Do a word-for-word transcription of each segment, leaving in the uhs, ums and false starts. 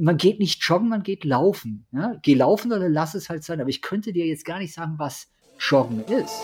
man geht nicht joggen, man geht laufen. Ja? Geh laufen oder lass es halt sein. Aber ich könnte dir jetzt gar nicht sagen, was Joggen ist.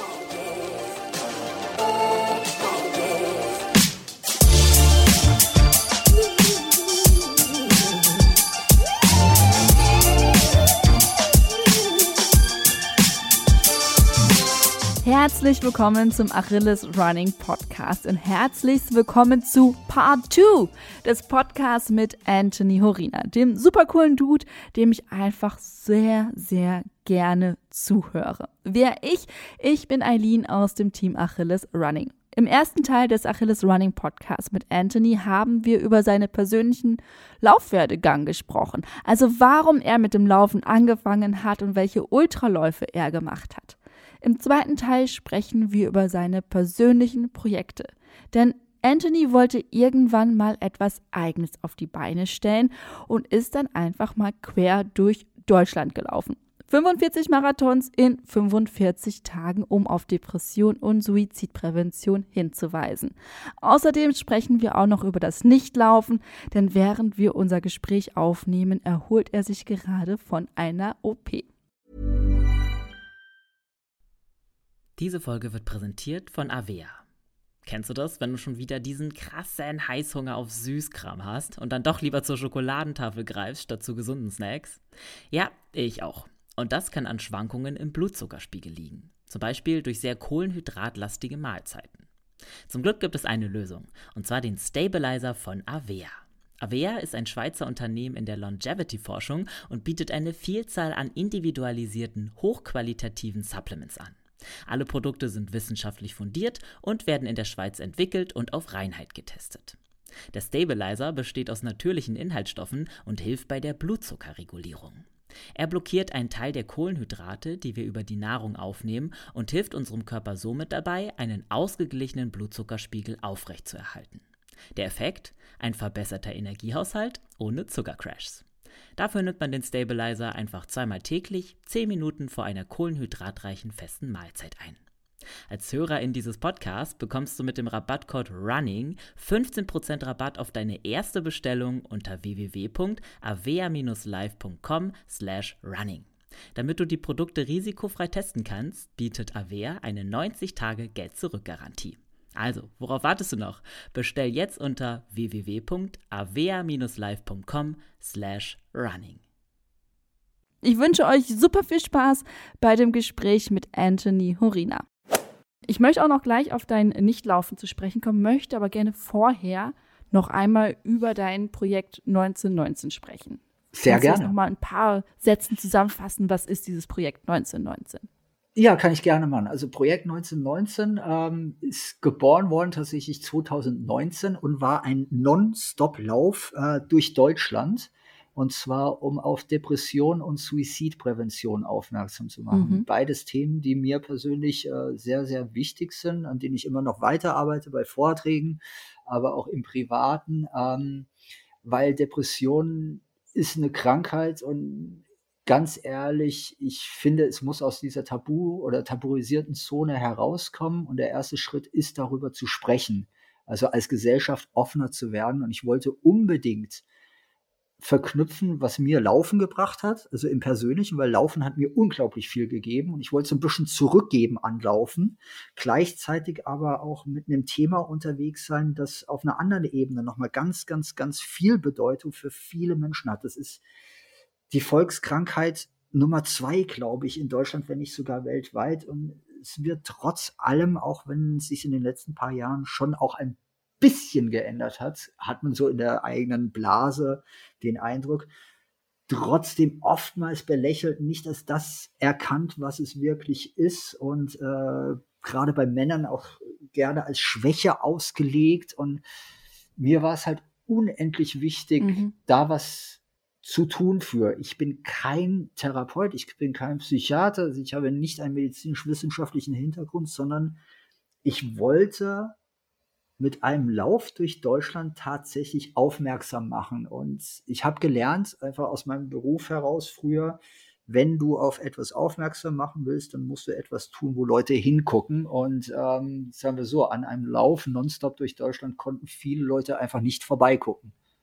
Herzlich willkommen zum Achilles Running Podcast und herzlich willkommen zu Part zwei des Podcasts mit Anthony Horina, dem super coolen Dude, dem ich einfach sehr, sehr gerne zuhöre. Wer ich? Ich bin Eileen aus dem Team Achilles Running. Im ersten Teil des Achilles Running Podcasts mit Anthony haben wir über seinen persönlichen Laufwerdegang gesprochen, also warum er mit dem Laufen angefangen hat und welche Ultraläufe er gemacht hat. Im zweiten Teil sprechen wir über seine persönlichen Projekte, denn Anthony wollte irgendwann mal etwas Eigenes auf die Beine stellen und ist dann einfach mal quer durch Deutschland gelaufen. fünfundvierzig Marathons in fünfundvierzig Tagen, um auf Depression und Suizidprävention hinzuweisen. Außerdem sprechen wir auch noch über das Nichtlaufen, denn während wir unser Gespräch aufnehmen, erholt er sich gerade von einer O P. Diese Folge wird präsentiert von Avea. Kennst du das, wenn du schon wieder diesen krassen Heißhunger auf Süßkram hast und dann doch lieber zur Schokoladentafel greifst statt zu gesunden Snacks? Ja, ich auch. Und das kann an Schwankungen im Blutzuckerspiegel liegen. Zum Beispiel durch sehr kohlenhydratlastige Mahlzeiten. Zum Glück gibt es eine Lösung, und zwar den Stabilizer von Avea. Avea ist ein Schweizer Unternehmen in der Longevity-Forschung und bietet eine Vielzahl an individualisierten, hochqualitativen Supplements an. Alle Produkte sind wissenschaftlich fundiert und werden in der Schweiz entwickelt und auf Reinheit getestet. Der Stabilizer besteht aus natürlichen Inhaltsstoffen und hilft bei der Blutzuckerregulierung. Er blockiert einen Teil der Kohlenhydrate, die wir über die Nahrung aufnehmen, und hilft unserem Körper somit dabei, einen ausgeglichenen Blutzuckerspiegel aufrechtzuerhalten. Der Effekt? Ein verbesserter Energiehaushalt ohne Zuckercrashs. Dafür nimmt man den Stabilizer einfach zweimal täglich, zehn Minuten vor einer kohlenhydratreichen festen Mahlzeit ein. Als Hörerin dieses Podcasts bekommst du mit dem Rabattcode RUNNING fünfzehn Prozent Rabatt auf deine erste Bestellung unter w w w punkt avea dash live punkt com slash running. Damit du die Produkte risikofrei testen kannst, bietet Avea eine neunzig Tage Geld-Zurück-Garantie. Also, worauf wartest du noch? Bestell jetzt unter w w w punkt avea dash live punkt com slash running. Ich wünsche euch super viel Spaß bei dem Gespräch mit Anthony Horina. Ich möchte auch noch gleich auf dein Nichtlaufen zu sprechen kommen, möchte aber gerne vorher noch einmal über dein Projekt neunzehnhundertneunzehn sprechen. Sehr Kannst gerne. du noch mal ein paar Sätzen zusammenfassen, was ist dieses Projekt neunzehnhundertneunzehn? Ja, kann ich gerne machen. Also Projekt neunzehnhundertneunzehn ähm, ist geboren worden tatsächlich zweitausendneunzehn und war ein Non-Stop-Lauf äh, durch Deutschland. Und zwar, um auf Depression und Suizidprävention aufmerksam zu machen. Mhm. Beides Themen, die mir persönlich äh, sehr, sehr wichtig sind, an denen ich immer noch weiterarbeite bei Vorträgen, aber auch im Privaten, ähm, weil Depression ist eine Krankheit und ganz ehrlich, ich finde, es muss aus dieser Tabu- oder tabuisierten Zone herauskommen und der erste Schritt ist, darüber zu sprechen, also als Gesellschaft offener zu werden. Und ich wollte unbedingt verknüpfen, was mir Laufen gebracht hat, also im Persönlichen, weil Laufen hat mir unglaublich viel gegeben und ich wollte so ein bisschen zurückgeben an Laufen, gleichzeitig aber auch mit einem Thema unterwegs sein, das auf einer anderen Ebene nochmal ganz, ganz, ganz viel Bedeutung für viele Menschen hat. Das ist die Volkskrankheit Nummer zwei, glaube ich, in Deutschland, wenn nicht sogar weltweit. Und es wird trotz allem, auch wenn es sich in den letzten paar Jahren schon auch ein bisschen geändert hat, hat man so in der eigenen Blase den Eindruck, trotzdem oftmals belächelt, nicht als das erkannt, was es wirklich ist und äh, gerade bei Männern auch gerne als Schwäche ausgelegt. Und mir war es halt unendlich wichtig, mhm. da was zu tun für. Ich bin kein Therapeut, ich bin kein Psychiater, also ich habe nicht einen medizinisch-wissenschaftlichen Hintergrund, sondern ich wollte mit einem Lauf durch Deutschland tatsächlich aufmerksam machen. Und ich habe gelernt, einfach aus meinem Beruf heraus früher, wenn du auf etwas aufmerksam machen willst, dann musst du etwas tun, wo Leute hingucken. Und ähm, sagen wir so, an einem Lauf nonstop durch Deutschland konnten viele Leute einfach nicht vorbeigucken.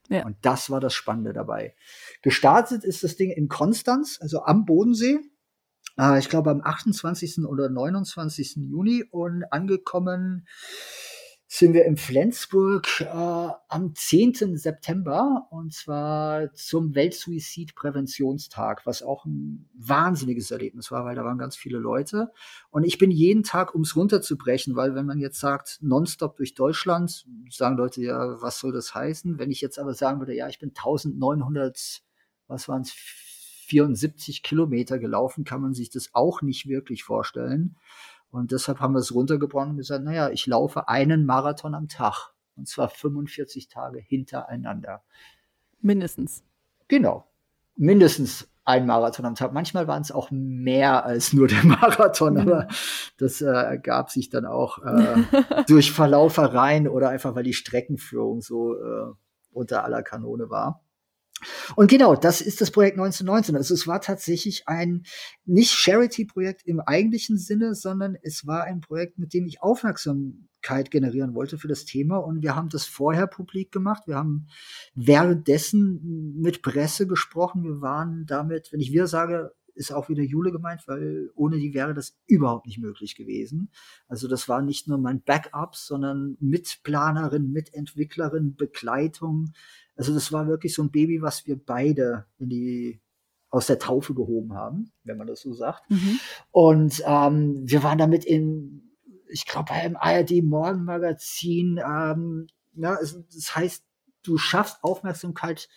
Ja. Und das war das Spannende dabei. Gestartet ist das Ding in Konstanz, also am Bodensee. Äh, ich glaube am achtundzwanzigsten oder neunundzwanzigsten Juni. Und angekommen sind wir in Flensburg äh, am zehnten September. Und zwar zum Weltsuizidpräventionstag, was auch ein wahnsinniges Erlebnis war, weil da waren ganz viele Leute. Und ich bin jeden Tag, um es runterzubrechen, weil wenn man jetzt sagt, nonstop durch Deutschland, sagen Leute, ja, was soll das heißen? Wenn ich jetzt aber sagen würde, ja, ich bin neunzehnhundert, was waren es, vierundsiebzig Kilometer gelaufen, kann man sich das auch nicht wirklich vorstellen. Und deshalb haben wir es runtergebrochen und gesagt, naja, ich laufe einen Marathon am Tag. Und zwar fünfundvierzig Tage hintereinander. Mindestens. Genau. Mindestens ein Marathon am Tag. Manchmal waren es auch mehr als nur der Marathon, mhm. aber das äh, ergab sich dann auch äh, durch Verlaufereien oder einfach, weil die Streckenführung so äh, unter aller Kanone war. Und genau, das ist das Projekt neunzehnhundertneunzehn. Also es war tatsächlich ein nicht Charity-Projekt im eigentlichen Sinne, sondern es war ein Projekt, mit dem ich Aufmerksamkeit generieren wollte für das Thema. Und wir haben das vorher publik gemacht. Wir haben währenddessen mit Presse gesprochen. Wir waren damit, wenn ich wir sage, ist auch wieder Jule gemeint, weil ohne die wäre das überhaupt nicht möglich gewesen. Also das war nicht nur mein Backup, sondern Mitplanerin, Mitentwicklerin, Begleitung. Also das war wirklich so ein Baby, was wir beide in die aus der Taufe gehoben haben, wenn man das so sagt. Mhm. Und ähm, wir waren damit in, ich glaube, beim A R D-Morgenmagazin. Ähm, ja, es, das heißt, du schaffst Aufmerksamkeit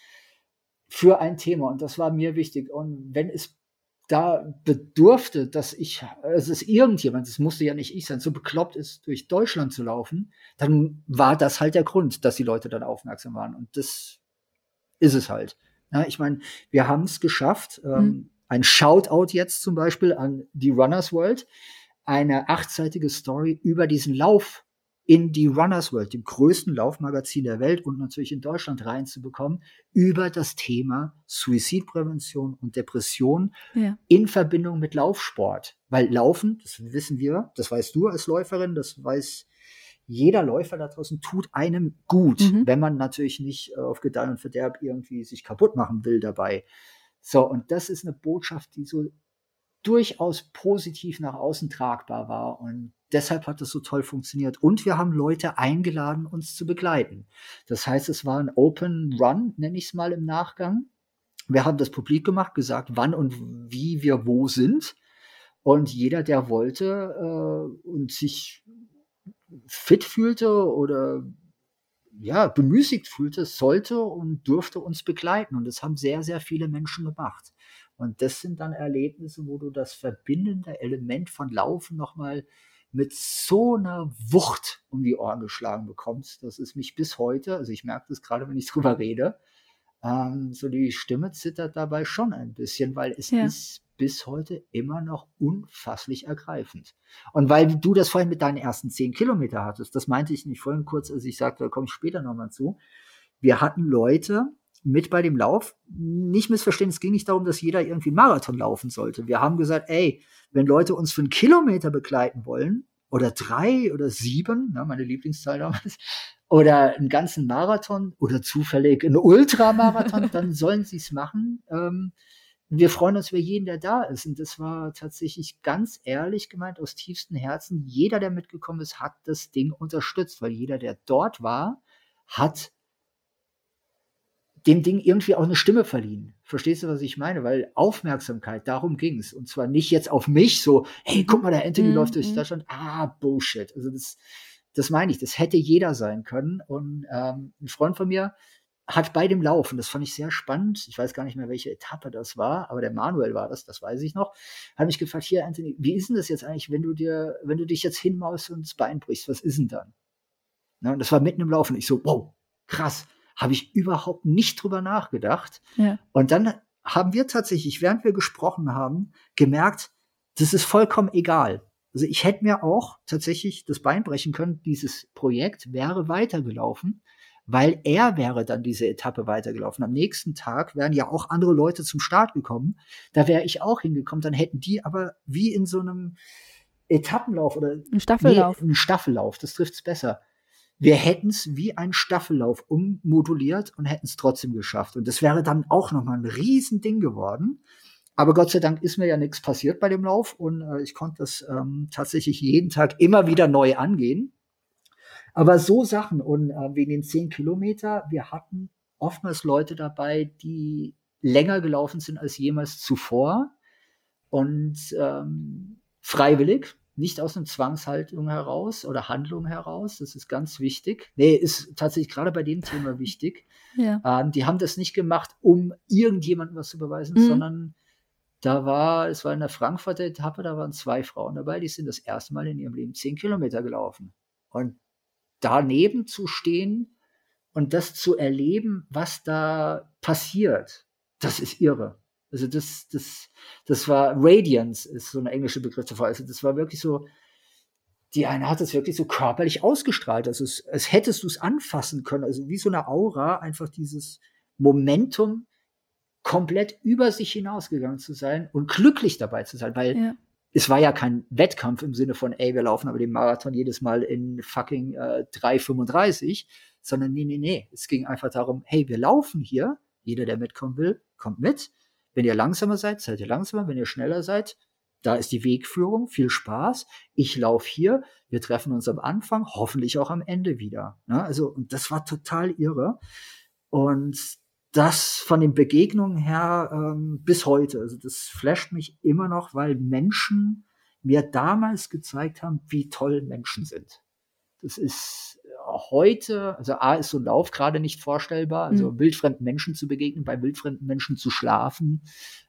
für ein Thema. Und das war mir wichtig. Und wenn es da bedurfte, dass ich, also es ist irgendjemand, es musste ja nicht ich sein, so bekloppt ist, durch Deutschland zu laufen, dann war das halt der Grund, dass die Leute dann aufmerksam waren. Und das ist es halt. Ja, ich meine, wir haben es geschafft. Mhm. Ähm, ein Shoutout jetzt zum Beispiel an die Runners World, eine achtseitige Story über diesen Lauf in die Runners World, dem größten Laufmagazin der Welt und natürlich in Deutschland reinzubekommen, über das Thema Suizidprävention und Depression ja. in Verbindung mit Laufsport. Weil Laufen, das wissen wir, das weißt du als Läuferin, das weiß jeder Läufer da draußen, tut einem gut, mhm. wenn man natürlich nicht auf Gedeih und Verderb irgendwie sich kaputt machen will dabei. So, und das ist eine Botschaft, die so durchaus positiv nach außen tragbar war und deshalb hat es so toll funktioniert. Und wir haben Leute eingeladen, uns zu begleiten. Das heißt, es war ein Open Run, nenne ich es mal im Nachgang. Wir haben das publik gemacht, gesagt, wann und wie wir wo sind. Und jeder, der wollte äh, und sich fit fühlte oder ja, bemüßigt fühlte, sollte und durfte uns begleiten. Und das haben sehr, sehr viele Menschen gemacht. Und das sind dann Erlebnisse, wo du das verbindende Element von Laufen nochmal mit so einer Wucht um die Ohren geschlagen bekommst. Das ist mich bis heute, also ich merke das gerade, wenn ich drüber rede, ähm, so die Stimme zittert dabei schon ein bisschen, weil es ja. ist bis heute immer noch unfasslich ergreifend. Und weil du das vorhin mit deinen ersten zehn Kilometer hattest, das meinte ich nicht vorhin kurz, als ich sagte, da komme ich später nochmal zu. Wir hatten Leute mit bei dem Lauf, nicht missverstehen, es ging nicht darum, dass jeder irgendwie einen Marathon laufen sollte. Wir haben gesagt, ey, wenn Leute uns für einen Kilometer begleiten wollen, oder drei oder sieben, ne, meine Lieblingszahl damals, oder einen ganzen Marathon oder zufällig einen Ultramarathon, dann sollen sie es machen. Ähm, wir freuen uns über jeden, der da ist. Und das war tatsächlich ganz ehrlich gemeint, aus tiefstem Herzen. Jeder, der mitgekommen ist, hat das Ding unterstützt, weil jeder, der dort war, hat dem Ding irgendwie auch eine Stimme verliehen. Verstehst du, was ich meine? Weil Aufmerksamkeit, darum ging es. Und zwar nicht jetzt auf mich so, hey, guck mal, der Anthony mm-hmm. läuft durch Deutschland. Ah, Bullshit. Also das, das meine ich, das hätte jeder sein können. Und ähm, ein Freund von mir hat bei dem Lauf, und das fand ich sehr spannend, ich weiß gar nicht mehr, welche Etappe das war, aber der Manuel war das, das weiß ich noch, hat mich gefragt, hier, Anthony, wie ist denn das jetzt eigentlich, wenn du dir, wenn du dich jetzt hinmaust und das Bein brichst, was ist denn dann? Na, und das war mitten im Laufen. Ich so, wow, krass. Habe ich überhaupt nicht drüber nachgedacht. Ja. Und dann haben wir tatsächlich, während wir gesprochen haben, gemerkt, das ist vollkommen egal. Also ich hätte mir auch tatsächlich das Bein brechen können, dieses Projekt wäre weitergelaufen, weil er wäre dann diese Etappe weitergelaufen. Am nächsten Tag wären ja auch andere Leute zum Start gekommen. Da wäre ich auch hingekommen. Dann hätten die aber wie in so einem Etappenlauf oder ein Staffellauf. Nee, ein Staffellauf, das trifft's besser. wir hätten es wie ein Staffellauf ummoduliert und hätten es trotzdem geschafft. Und das wäre dann auch nochmal ein Riesending geworden. Aber Gott sei Dank ist mir ja nichts passiert bei dem Lauf und äh, ich konnte das ähm, tatsächlich jeden Tag immer wieder neu angehen. Aber so Sachen und äh, wegen den zehn Kilometer, wir hatten oftmals Leute dabei, die länger gelaufen sind als jemals zuvor und ähm, freiwillig, nicht aus einer Zwangshaltung heraus oder Handlung heraus. Das ist ganz wichtig. Nee, ist tatsächlich gerade bei dem Thema wichtig. Ja. Ähm, die haben das nicht gemacht, um irgendjemandem was zu beweisen, Mhm. sondern da war, es war in der Frankfurter Etappe, da waren zwei Frauen dabei, die sind das erste Mal in ihrem Leben zehn Kilometer gelaufen. Und daneben zu stehen und das zu erleben, was da passiert, das ist irre. Also das, das, das war Radiance, ist so ein englischer Begriff dafür. Also das war wirklich so, die eine hat es wirklich so körperlich ausgestrahlt. Also es, als hättest du es anfassen können. Also wie so eine Aura, einfach dieses Momentum komplett über sich hinausgegangen zu sein und glücklich dabei zu sein, weil Ja. es war ja kein Wettkampf im Sinne von, ey, wir laufen aber den Marathon jedes Mal in fucking äh, drei fünfunddreißig, sondern nee, nee, nee. Es ging einfach darum, hey, wir laufen hier, jeder, der mitkommen will, kommt mit. Wenn ihr langsamer seid, seid ihr langsamer. Wenn ihr schneller seid, da ist die Wegführung, viel Spaß. Ich laufe hier, wir treffen uns am Anfang, hoffentlich auch am Ende wieder. Ja, also, und das war total irre. Und das von den Begegnungen her ähm, bis heute, also das flasht mich immer noch, weil Menschen mir damals gezeigt haben, wie toll Menschen sind. Das ist heute, also A, ist so ein Lauf gerade nicht vorstellbar, also Mhm. wildfremden Menschen zu begegnen, bei wildfremden Menschen zu schlafen,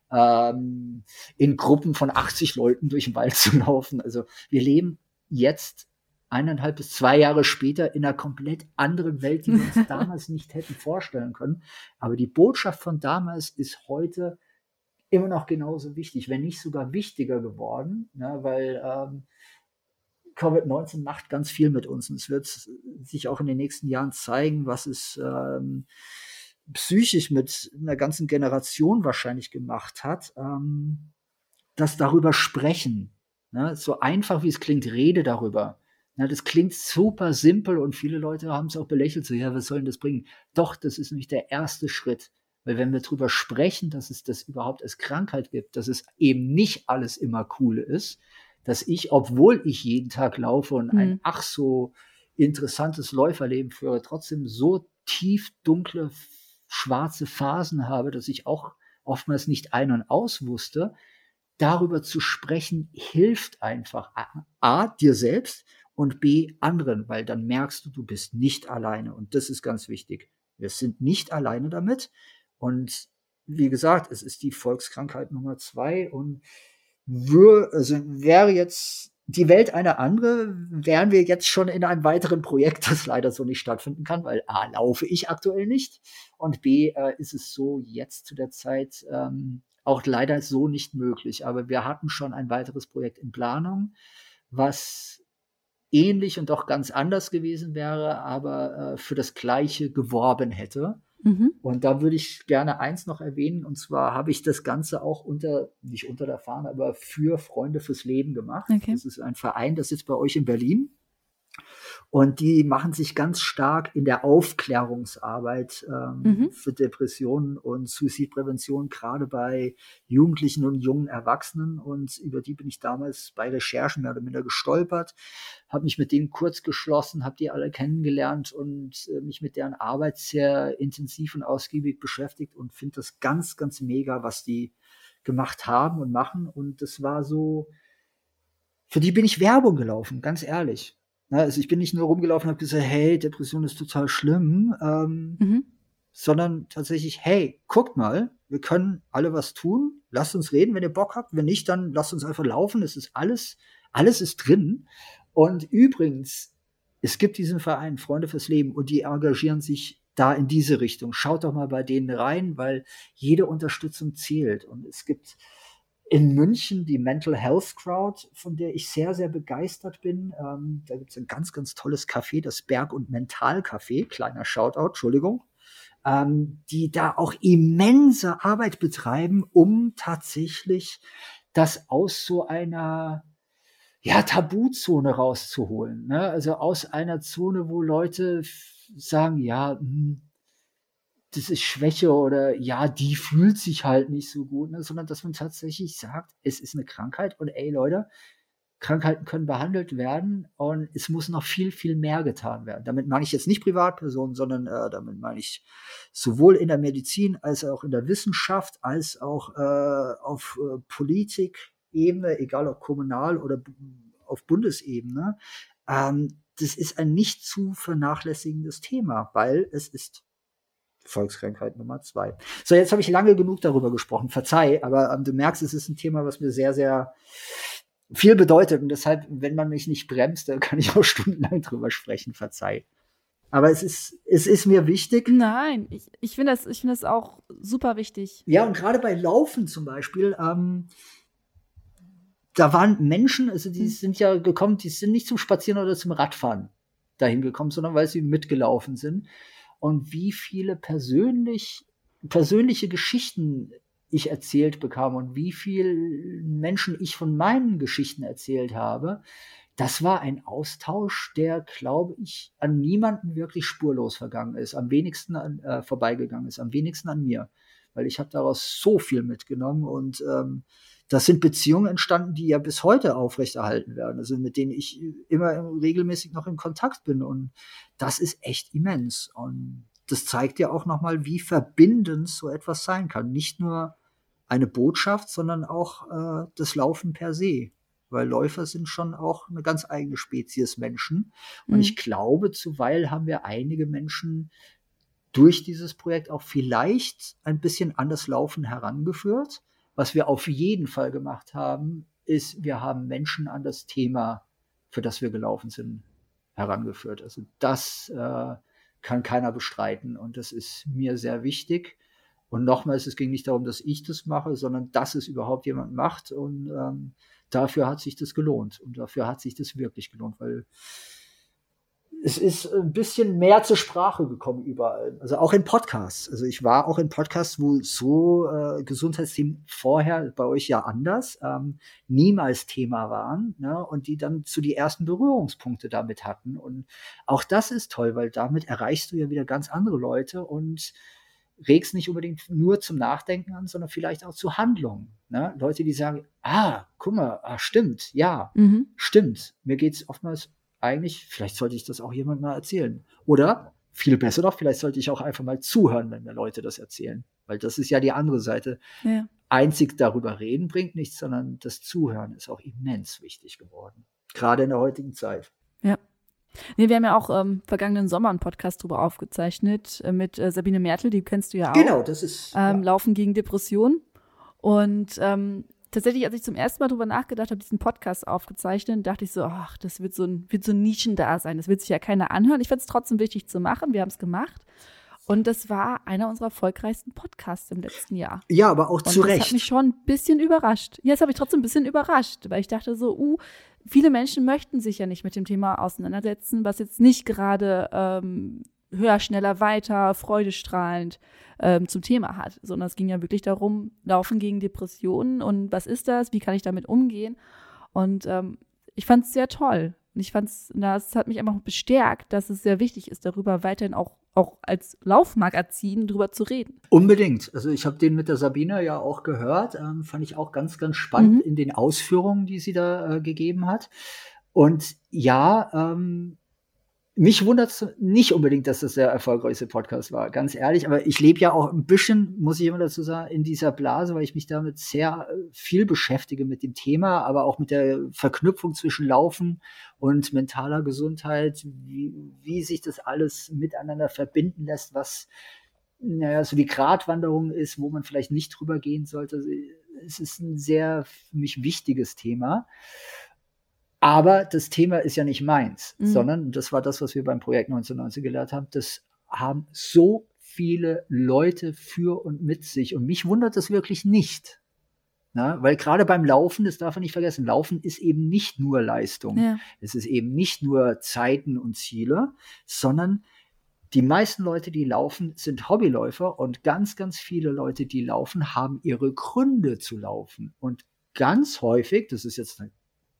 ähm, in Gruppen von achtzig Leuten durch den Wald zu laufen. Also wir leben jetzt eineinhalb bis zwei Jahre später in einer komplett anderen Welt, die wir uns damals nicht hätten vorstellen können. Aber die Botschaft von damals ist heute immer noch genauso wichtig, wenn nicht sogar wichtiger geworden, ne, weil ähm, Covid neunzehn macht ganz viel mit uns und es wird sich auch in den nächsten Jahren zeigen, was es ähm, psychisch mit einer ganzen Generation wahrscheinlich gemacht hat, ähm, das darüber sprechen. Ne? So einfach wie es klingt, rede darüber. Na, das klingt super simpel und viele Leute haben es auch belächelt, so, ja, was soll denn das bringen? Doch, das ist nämlich der erste Schritt. Weil wenn wir darüber sprechen, dass es das überhaupt als Krankheit gibt, dass es eben nicht alles immer cool ist, dass ich, obwohl ich jeden Tag laufe und ein Mhm. ach so interessantes Läuferleben führe, trotzdem so tief dunkle, schwarze Phasen habe, dass ich auch oftmals nicht ein- und aus wusste, darüber zu sprechen, hilft einfach A, A, dir selbst und B, anderen, weil dann merkst du, du bist nicht alleine. Und das ist ganz wichtig. Wir sind nicht alleine damit. Und wie gesagt, es ist die Volkskrankheit Nummer zwei. Und wür, also wäre jetzt die Welt eine andere, wären wir jetzt schon in einem weiteren Projekt, das leider so nicht stattfinden kann, weil A, laufe ich aktuell nicht und B, äh, ist es so jetzt zu der Zeit ähm, auch leider so nicht möglich. Aber wir hatten schon ein weiteres Projekt in Planung, was ähnlich und doch ganz anders gewesen wäre, aber äh, für das Gleiche geworben hätte. Mhm. Und da würde ich gerne eins noch erwähnen, und zwar habe ich das Ganze auch unter, nicht unter der Fahne, aber für Freunde fürs Leben gemacht. Okay. Das ist ein Verein, das sitzt bei euch in Berlin. Und die machen sich ganz stark in der Aufklärungsarbeit ähm, Mhm. für Depressionen und Suizidprävention, gerade bei Jugendlichen und jungen Erwachsenen. Und über die bin ich damals bei Recherchen mehr oder minder gestolpert, habe mich mit denen kurz geschlossen, habe die alle kennengelernt und äh, mich mit deren Arbeit sehr intensiv und ausgiebig beschäftigt und finde das ganz, ganz mega, was die gemacht haben und machen. Und das war so, für die bin ich Werbung gelaufen, ganz ehrlich. Na, also ich bin nicht nur rumgelaufen und habe gesagt, hey, Depression ist total schlimm, ähm, Mhm. sondern tatsächlich, hey, guckt mal, wir können alle was tun, lasst uns reden, wenn ihr Bock habt, wenn nicht, dann lasst uns einfach laufen, es ist alles, alles ist drin. Und übrigens, es gibt diesen Verein, Freunde fürs Leben, und die engagieren sich da in diese Richtung. Schaut doch mal bei denen rein, weil jede Unterstützung zählt. Und es gibt in München die Mental Health Crowd, von der ich sehr, sehr begeistert bin. Ähm, da gibt es ein ganz, ganz tolles Café, das Berg- und Mental-Café, kleiner Shoutout, Entschuldigung, ähm, die da auch immense Arbeit betreiben, um tatsächlich das aus so einer ja, Tabuzone rauszuholen, ne? Also aus einer Zone, wo Leute f- sagen, ja, hm, das ist Schwäche oder ja, die fühlt sich halt nicht so gut, ne? Sondern dass man tatsächlich sagt, es ist eine Krankheit und ey Leute, Krankheiten können behandelt werden und es muss noch viel, viel mehr getan werden. Damit meine ich jetzt nicht Privatpersonen, sondern äh, damit meine ich sowohl in der Medizin als auch in der Wissenschaft, als auch äh, auf äh, Politikebene, egal ob kommunal oder b- auf Bundesebene. Ähm, das ist ein nicht zu vernachlässigendes Thema, weil es ist Volkskrankheit Nummer zwei. So, jetzt habe ich lange genug darüber gesprochen. Verzeih, aber ähm, du merkst, es ist ein Thema, was mir sehr, sehr viel bedeutet. Und deshalb, wenn man mich nicht bremst, dann kann ich auch stundenlang drüber sprechen. Verzeih. Aber es ist, es ist mir wichtig. Nein, ich, ich finde das, ich finde das auch super wichtig. Ja, und gerade bei Laufen zum Beispiel, ähm, da waren Menschen, also die Hm. sind ja gekommen, die sind nicht zum Spazieren oder zum Radfahren dahin gekommen, sondern weil sie mitgelaufen sind. Und wie viele persönlich, persönliche Geschichten ich erzählt bekam und wie vielen Menschen ich von meinen Geschichten erzählt habe, das war ein Austausch, der, glaube ich, an niemanden wirklich spurlos vergangen ist, am wenigsten an, äh, vorbeigegangen ist, am wenigsten an mir. Weil ich habe daraus so viel mitgenommen und ähm, das sind Beziehungen entstanden, die ja bis heute aufrechterhalten werden, also mit denen ich immer regelmäßig noch in Kontakt bin. Und das ist echt immens. Und das zeigt ja auch nochmal, wie verbindend so etwas sein kann. Nicht nur eine Botschaft, sondern auch äh, das Laufen per se. Weil Läufer sind schon auch eine ganz eigene Spezies Menschen. Und Mhm. ich glaube, zuweilen haben wir einige Menschen durch dieses Projekt auch vielleicht ein bisschen an das Laufen herangeführt. Was wir auf jeden Fall gemacht haben, ist, wir haben Menschen an das Thema, für das wir gelaufen sind, herangeführt. Also das äh, kann keiner bestreiten und das ist mir sehr wichtig. Und nochmals, es ging nicht darum, dass ich das mache, sondern dass es überhaupt jemand macht und ähm, dafür hat sich das gelohnt und dafür hat sich das wirklich gelohnt, weil es ist ein bisschen mehr zur Sprache gekommen überall. Also auch in Podcasts. Also ich war auch in Podcasts, wo so äh, Gesundheitsthemen vorher bei euch ja anders ähm, niemals Thema waren, ne? Und die dann zu die ersten Berührungspunkte damit hatten. Und auch das ist toll, weil damit erreichst du ja wieder ganz andere Leute und regst nicht unbedingt nur zum Nachdenken an, sondern vielleicht auch zu Handlungen. Ne? Leute, die sagen, ah, guck mal, ah, stimmt, ja, Mhm. stimmt. Mir geht's oftmals eigentlich, vielleicht sollte ich das auch jemandem mal erzählen. Oder, viel besser doch, vielleicht sollte ich auch einfach mal zuhören, wenn mir Leute das erzählen. Weil das ist ja die andere Seite. Ja. Einzig darüber reden bringt nichts, sondern das Zuhören ist auch immens wichtig geworden. Gerade in der heutigen Zeit. Ja. Nee, wir haben ja auch ähm, vergangenen Sommer einen Podcast drüber aufgezeichnet äh, mit äh, Sabine Mertel, die kennst du ja auch. Genau, das ist. Ähm, ja. Laufen gegen Depressionen. Und ähm, tatsächlich, als ich zum ersten Mal drüber nachgedacht habe, diesen Podcast aufgezeichnet, dachte ich so, ach, das wird so ein, wird so ein Nischendasein. Das wird sich ja keiner anhören. Ich fand es trotzdem wichtig zu machen. Wir haben es gemacht. Und das war einer unserer erfolgreichsten Podcasts im letzten Jahr. Ja, aber auch Und zu das Recht. hat mich schon ein bisschen überrascht. Ja, das habe ich trotzdem ein bisschen überrascht, weil ich dachte so, uh, viele Menschen möchten sich ja nicht mit dem Thema auseinandersetzen, was jetzt nicht gerade ähm, höher, schneller, weiter, freudestrahlend ähm, zum Thema hat, sondern es ging ja wirklich darum, Laufen gegen Depressionen und was ist das, wie kann ich damit umgehen? Und ähm, ich fand es sehr toll. Und ich fand es, das hat mich einfach bestärkt, dass es sehr wichtig ist, darüber weiterhin auch, auch als Laufmagazin drüber zu reden. Unbedingt. Also ich habe den mit der Sabine ja auch gehört. Ähm, fand ich auch ganz, ganz spannend Mhm. in den Ausführungen, die sie da äh, gegeben hat. Und ja, ähm, mich wundert es nicht unbedingt, dass das der erfolgreichste Podcast war, ganz ehrlich. Aber ich lebe ja auch ein bisschen, muss ich immer dazu sagen, in dieser Blase, weil ich mich damit sehr äh, viel beschäftige mit dem Thema, aber auch mit der Verknüpfung zwischen Laufen und mentaler Gesundheit, wie, wie sich das alles miteinander verbinden lässt, was naja, so die Gratwanderung ist, wo man vielleicht nicht drüber gehen sollte. Es ist ein sehr für mich wichtiges Thema. Aber das Thema ist ja nicht meins, Mhm. sondern das war das, was wir beim Projekt neunzehnhundertneunzig gelernt haben. Das haben so viele Leute für und mit sich. Und mich wundert das wirklich nicht. Na, weil gerade beim Laufen, das darf man nicht vergessen, Laufen ist eben nicht nur Leistung. Ja. Es ist eben nicht nur Zeiten und Ziele, sondern die meisten Leute, die laufen, sind Hobbyläufer und ganz, ganz viele Leute, die laufen, haben ihre Gründe zu laufen. Und ganz häufig, das ist jetzt eine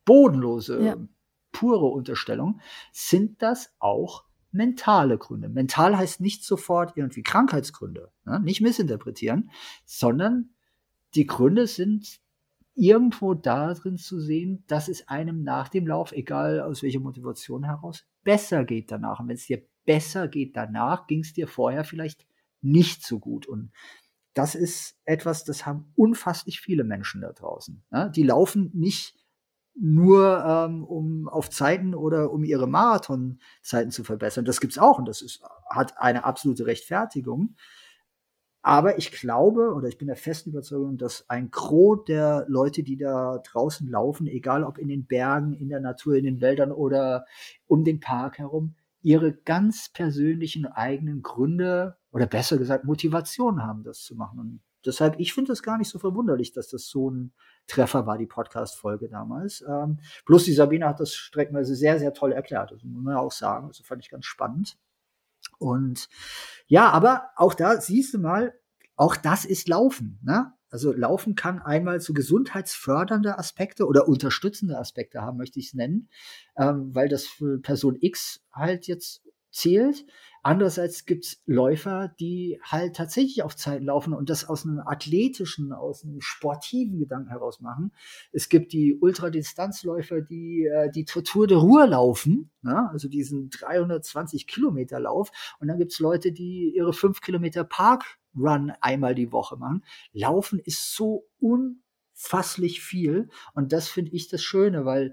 bodenlose, Ja. pure Unterstellung, sind das auch mentale Gründe. Mental heißt nicht sofort irgendwie Krankheitsgründe, ne? Nicht missinterpretieren, sondern die Gründe sind irgendwo darin zu sehen, dass es einem nach dem Lauf, egal aus welcher Motivation heraus, besser geht danach. Und wenn es dir besser geht danach, ging es dir vorher vielleicht nicht so gut. Und das ist etwas, das haben unfasslich viele Menschen da draußen. Ne? Die laufen nicht nur ähm, um auf Zeiten oder um ihre Marathonzeiten zu verbessern. Das gibt's auch und das ist, hat eine absolute Rechtfertigung. Aber ich glaube oder ich bin der festen Überzeugung, dass ein Gros der Leute, die da draußen laufen, egal ob in den Bergen, in der Natur, in den Wäldern oder um den Park herum, ihre ganz persönlichen eigenen Gründe oder besser gesagt Motivation haben, das zu machen. Und deshalb, ich finde das gar nicht so verwunderlich, dass das so ein Treffer war, die Podcast-Folge damals. Ähm, bloß die Sabine hat das streckenweise sehr, sehr toll erklärt. Das muss man ja auch sagen. Also fand ich ganz spannend. Und ja, aber auch da siehst du mal, auch das ist Laufen. Ne? Also Laufen kann einmal so gesundheitsfördernde Aspekte oder unterstützende Aspekte haben, möchte ich es nennen, ähm, weil das für Person X halt jetzt zählt. Andererseits gibt es Läufer, die halt tatsächlich auf Zeiten laufen und das aus einem athletischen, aus einem sportiven Gedanken heraus machen. Es gibt die Ultradistanzläufer, die äh, die Tour de Ruhr laufen, ne? Also diesen dreihundertzwanzig Kilometer Lauf. Und dann gibt es Leute, die ihre fünf Kilometer Parkrun einmal die Woche machen. Laufen ist so unfasslich viel und das finde ich das Schöne, weil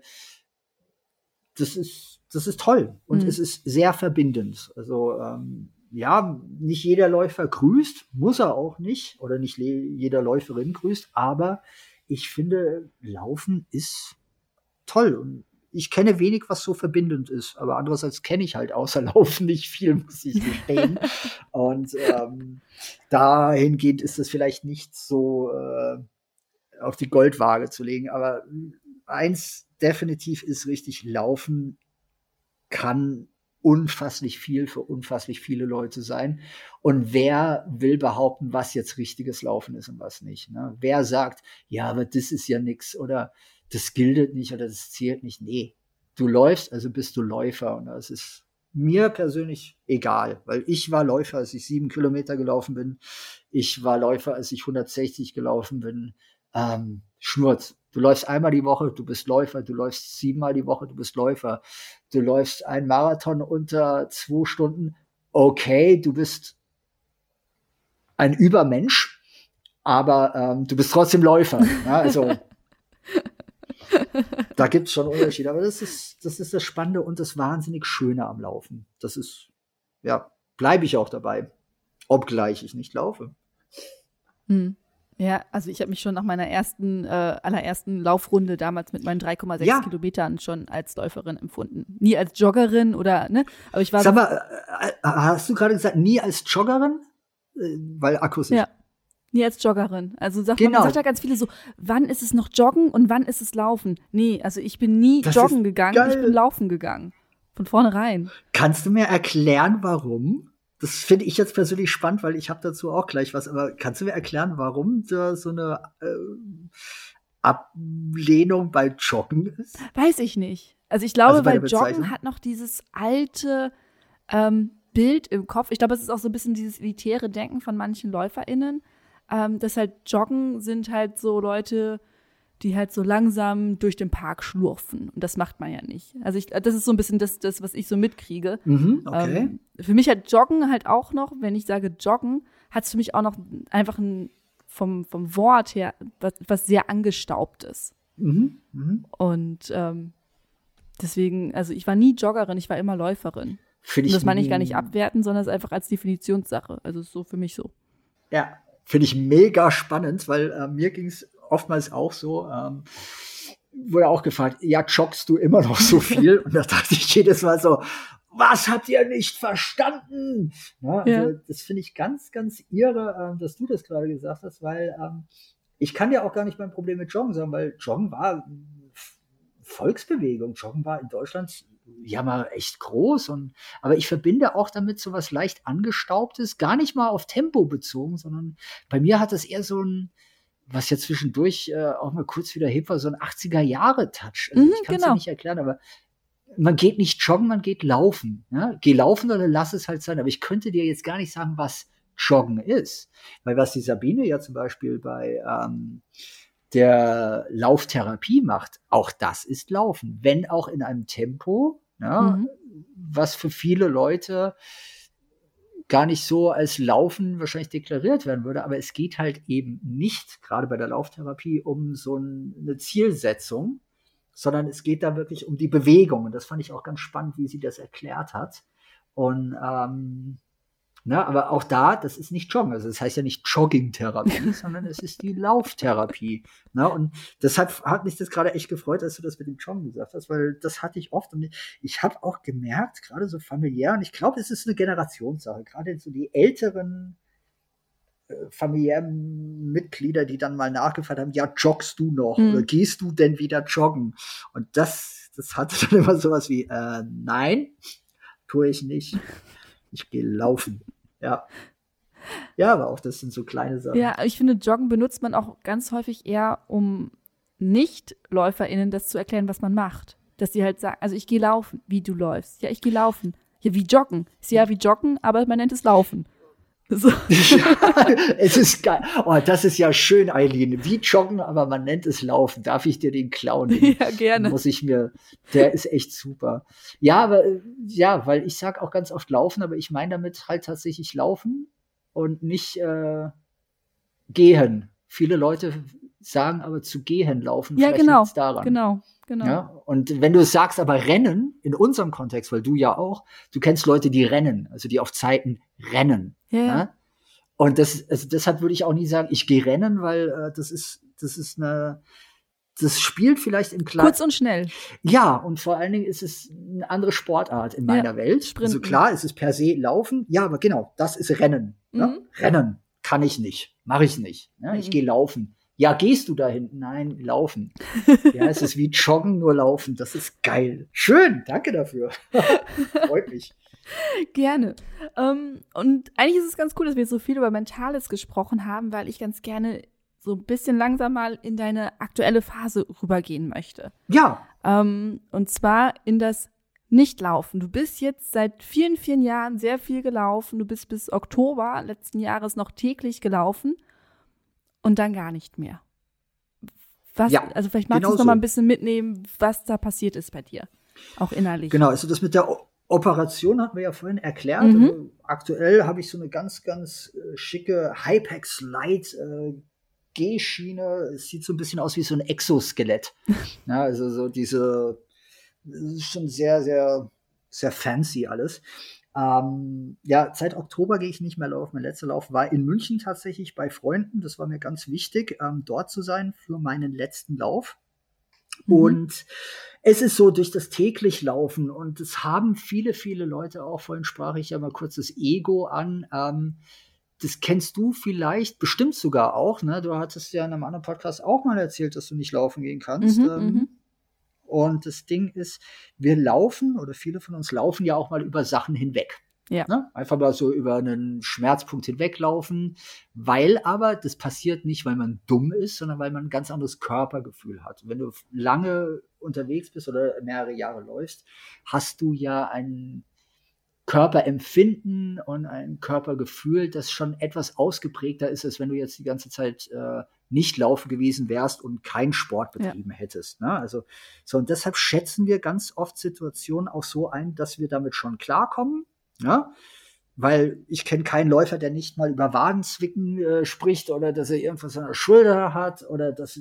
das ist, das ist toll und mhm. es ist sehr verbindend. Also ähm, ja, nicht jeder Läufer grüßt, muss er auch nicht, oder nicht jeder Läuferin grüßt, aber ich finde, Laufen ist toll und ich kenne wenig, was so verbindend ist, aber andererseits kenne ich halt außer Laufen nicht viel, muss ich gestehen. Und ähm, dahingehend ist es vielleicht nicht so äh, auf die Goldwaage zu legen, aber eins definitiv ist richtig, Laufen kann unfasslich viel für unfasslich viele Leute sein. Und wer will behaupten, was jetzt richtiges Laufen ist und was nicht? Ne? Wer sagt, ja, aber das ist ja nix oder das gilt nicht oder das zählt nicht? Nee, du läufst, also bist du Läufer. Und das ist mir persönlich egal, weil ich war Läufer, als ich sieben Kilometer gelaufen bin. Ich war Läufer, als ich hundertsechzig gelaufen bin. Ähm, Schnurz. Du läufst einmal die Woche, du bist Läufer. Du läufst siebenmal die Woche, du bist Läufer. Du läufst einen Marathon unter zwei Stunden. Okay, du bist ein Übermensch, aber ähm, du bist trotzdem Läufer. Ja, also da gibt es schon Unterschiede. Aber das ist, das ist das Spannende und das wahnsinnig Schöne am Laufen. Das ist, ja, bleibe ich auch dabei, obgleich ich nicht laufe. Hm. Ja, also ich habe mich schon nach meiner ersten, äh, allerersten Laufrunde damals mit meinen drei Komma sechs ja. Kilometern schon als Läuferin empfunden. Nie als Joggerin oder, ne? Aber ich war Sag so mal, äh, hast du gerade gesagt, nie als Joggerin? Äh, weil Akkus ja, nie als Joggerin. Also sagt genau. man sagt ja ganz viele so, wann ist es noch Joggen und wann ist es Laufen? Nee, also ich bin nie das joggen gegangen, geil. Ich bin laufen gegangen. Von vornherein. Kannst du mir erklären, warum? Das finde ich jetzt persönlich spannend, weil ich habe dazu auch gleich was. Aber kannst du mir erklären, warum da so eine äh, Ablehnung bei Joggen ist? Weiß ich nicht. Also ich glaube, Also bei der weil Joggen Bezeichnung? hat noch dieses alte ähm, Bild im Kopf. Ich glaube, es ist auch so ein bisschen dieses elitäre Denken von manchen LäuferInnen. Ähm, dass halt Joggen sind halt so Leute, die halt so langsam durch den Park schlurfen. Und das macht man ja nicht. Also ich, das ist so ein bisschen das, das was ich so mitkriege. Mhm, okay. Ähm, für mich hat Joggen halt auch noch, wenn ich sage Joggen, hat es für mich auch noch einfach ein, vom, vom Wort her was, was sehr Angestaubtes. Mhm, mhm. Und ähm, deswegen, also ich war nie Joggerin, ich war immer Läuferin. Find Und das ich meine ich gar nicht abwerten, sondern es ist einfach als Definitionssache. Also ist so für mich so. Ja, finde ich mega spannend, weil äh, mir ging es oftmals auch so, ähm, wurde auch gefragt, ja, joggst du immer noch so viel? Und da dachte ich jedes Mal so, was habt ihr nicht verstanden? Ja, also, Ja. Das finde ich ganz, ganz irre, ähm, dass du das gerade gesagt hast, weil ähm, ich kann ja auch gar nicht mein Problem mit Joggen sagen, weil Joggen war Volksbewegung. Joggen war in Deutschland ja mal echt groß. Und, aber ich verbinde auch damit so was leicht Angestaubtes, gar nicht mal auf Tempo bezogen, sondern bei mir hat das eher so ein was ja zwischendurch äh, auch mal kurz wieder hip war, so ein achtziger-Jahre-Touch. Also Mhm, ich kann es genau. ja nicht erklären, aber man geht nicht joggen, man geht laufen. Ja? Geh laufen oder lass es halt sein. Aber ich könnte dir jetzt gar nicht sagen, was Joggen ist. Weil was die Sabine ja zum Beispiel bei ähm, der Lauftherapie macht, auch das ist Laufen. Wenn auch in einem Tempo, ja, Mhm. was für viele Leute gar nicht so als Laufen wahrscheinlich deklariert werden würde. Aber es geht halt eben nicht, gerade bei der Lauftherapie, um so eine Zielsetzung, sondern es geht da wirklich um die Bewegung. Und das fand ich auch ganz spannend, wie sie das erklärt hat. Und ähm, ne, aber auch da, das ist nicht Joggen. Also das heißt ja nicht Jogging-Therapie, sondern es ist die Lauftherapie. Ne? Und deshalb hat mich das gerade echt gefreut, dass du das mit dem Joggen gesagt hast, weil das hatte ich oft. Und ich habe auch gemerkt, gerade so familiär, und ich glaube, es ist eine Generationssache, gerade so die älteren äh, familiären Mitglieder, die dann mal nachgefragt haben, ja, joggst du noch? Mhm. Oder gehst du denn wieder joggen? Und das, das hatte dann immer sowas wie, äh, nein, tue ich nicht. Ich gehe laufen. Ja. Ja, aber auch das sind so kleine Sachen. Ja, ich finde, Joggen benutzt man auch ganz häufig eher, um NichtläuferInnen das zu erklären, was man macht. Dass sie halt sagen, also ich gehe laufen, wie du läufst. Ja, ich gehe laufen. Ja, wie joggen. Ist ja wie joggen, aber man nennt es Laufen. So. Es ist geil. Oh, das ist ja schön, Eileen. Wie joggen, aber man nennt es Laufen. Darf ich dir den klauen? Den Ja, gerne. Muss ich mir, der ist echt super. Ja, aber ja, weil ich sag auch ganz oft Laufen, aber ich meine damit halt tatsächlich Laufen und nicht äh, gehen. Viele Leute sagen aber zu gehen laufen. Ja, Vielleicht genau. liegt's daran. Genau. Genau. Ja, und wenn du sagst aber Rennen, in unserem Kontext, weil du ja auch, du kennst Leute, die rennen, also die auf Zeiten rennen. Ja, ja. Ja? Und das, also deshalb würde ich auch nie sagen, ich gehe rennen, weil äh, das ist, das ist eine, das spielt vielleicht im Kleinen. Kurz und schnell. Ja, und vor allen Dingen ist es eine andere Sportart in meiner Ja, Welt. Sprinten. Also klar, es ist per se Laufen. Ja, aber genau, das ist Rennen. Mhm. Ja? Rennen kann ich nicht, mache ich nicht. Ja? Ich Mhm. gehe laufen. Ja, gehst du da hinten? Nein, laufen. Ja, es ist wie Joggen, nur laufen. Das ist geil. Schön, danke dafür. Freut mich. Gerne. Ähm, und eigentlich ist es ganz cool, dass wir so viel über Mentales gesprochen haben, weil ich ganz gerne so ein bisschen langsam mal in deine aktuelle Phase rübergehen möchte. Ja. Ähm, und zwar in das Nichtlaufen. Du bist jetzt seit vielen, vielen Jahren sehr viel gelaufen. Du bist bis Oktober letzten Jahres noch täglich gelaufen und dann gar nicht mehr. Was, Ja, also vielleicht magst genau du uns noch mal so. ein bisschen mitnehmen, was da passiert ist bei dir, auch innerlich. Genau, also das mit der O- Operation hatten wir ja vorhin erklärt. Mhm. Also aktuell habe ich so eine ganz, ganz äh, schicke Hypack Slide äh, G-Schiene. Es sieht so ein bisschen aus wie so ein Exoskelett. Ja, also so diese, das ist schon sehr, sehr, sehr fancy alles. Ähm, ja, seit Oktober gehe ich nicht mehr laufen. Mein letzter Lauf war in München tatsächlich bei Freunden. Das war mir ganz wichtig, ähm, dort zu sein für meinen letzten Lauf. Mhm. Und es ist so, durch das täglich Laufen, und es haben viele, viele Leute auch, vorhin sprach ich ja mal kurz das Ego an, ähm, das kennst du vielleicht, bestimmt sogar auch, ne? Du hattest ja in einem anderen Podcast auch mal erzählt, dass du nicht laufen gehen kannst. Mhm, ähm, mhm. Und das Ding ist, wir laufen, oder viele von uns laufen ja auch mal über Sachen hinweg. Ja. Ne? Einfach mal so über einen Schmerzpunkt hinweglaufen, weil aber das passiert nicht, weil man dumm ist, sondern weil man ein ganz anderes Körpergefühl hat. Wenn du lange unterwegs bist oder mehrere Jahre läufst, hast du ja ein Körperempfinden und ein Körpergefühl, das schon etwas ausgeprägter ist, als wenn du jetzt die ganze Zeit äh, nicht laufen gewesen wärst und keinen Sport betrieben ja. hättest. Ne? Also so, und deshalb schätzen wir ganz oft Situationen auch so ein, dass wir damit schon klarkommen. Ja? Weil ich kenne keinen Läufer, der nicht mal über Wadenzwicken äh, spricht oder dass er irgendwas an der Schulter hat oder dass äh,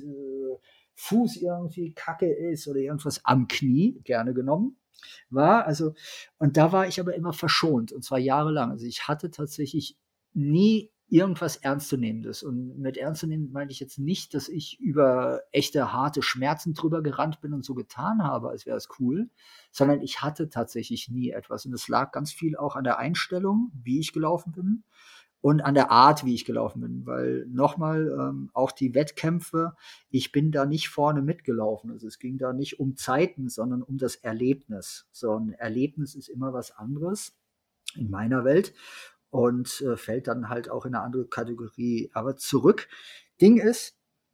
Fuß irgendwie kacke ist oder irgendwas am Knie, gerne genommen. War, also, und da war ich aber immer verschont, und zwar jahrelang. Also ich hatte tatsächlich nie irgendwas Ernstzunehmendes. Und mit Ernstzunehmend meine ich jetzt nicht, dass ich über echte, harte Schmerzen drüber gerannt bin und so getan habe, als wäre es cool, sondern ich hatte tatsächlich nie etwas. Und es lag ganz viel auch an der Einstellung, wie ich gelaufen bin, und an der Art, wie ich gelaufen bin, weil nochmal, ähm, auch die Wettkämpfe, ich bin da nicht vorne mitgelaufen. Also es ging da nicht um Zeiten, sondern um das Erlebnis. So ein Erlebnis ist immer was anderes in meiner Welt und äh, fällt dann halt auch in eine andere Kategorie. Aber zurück, Ding ist,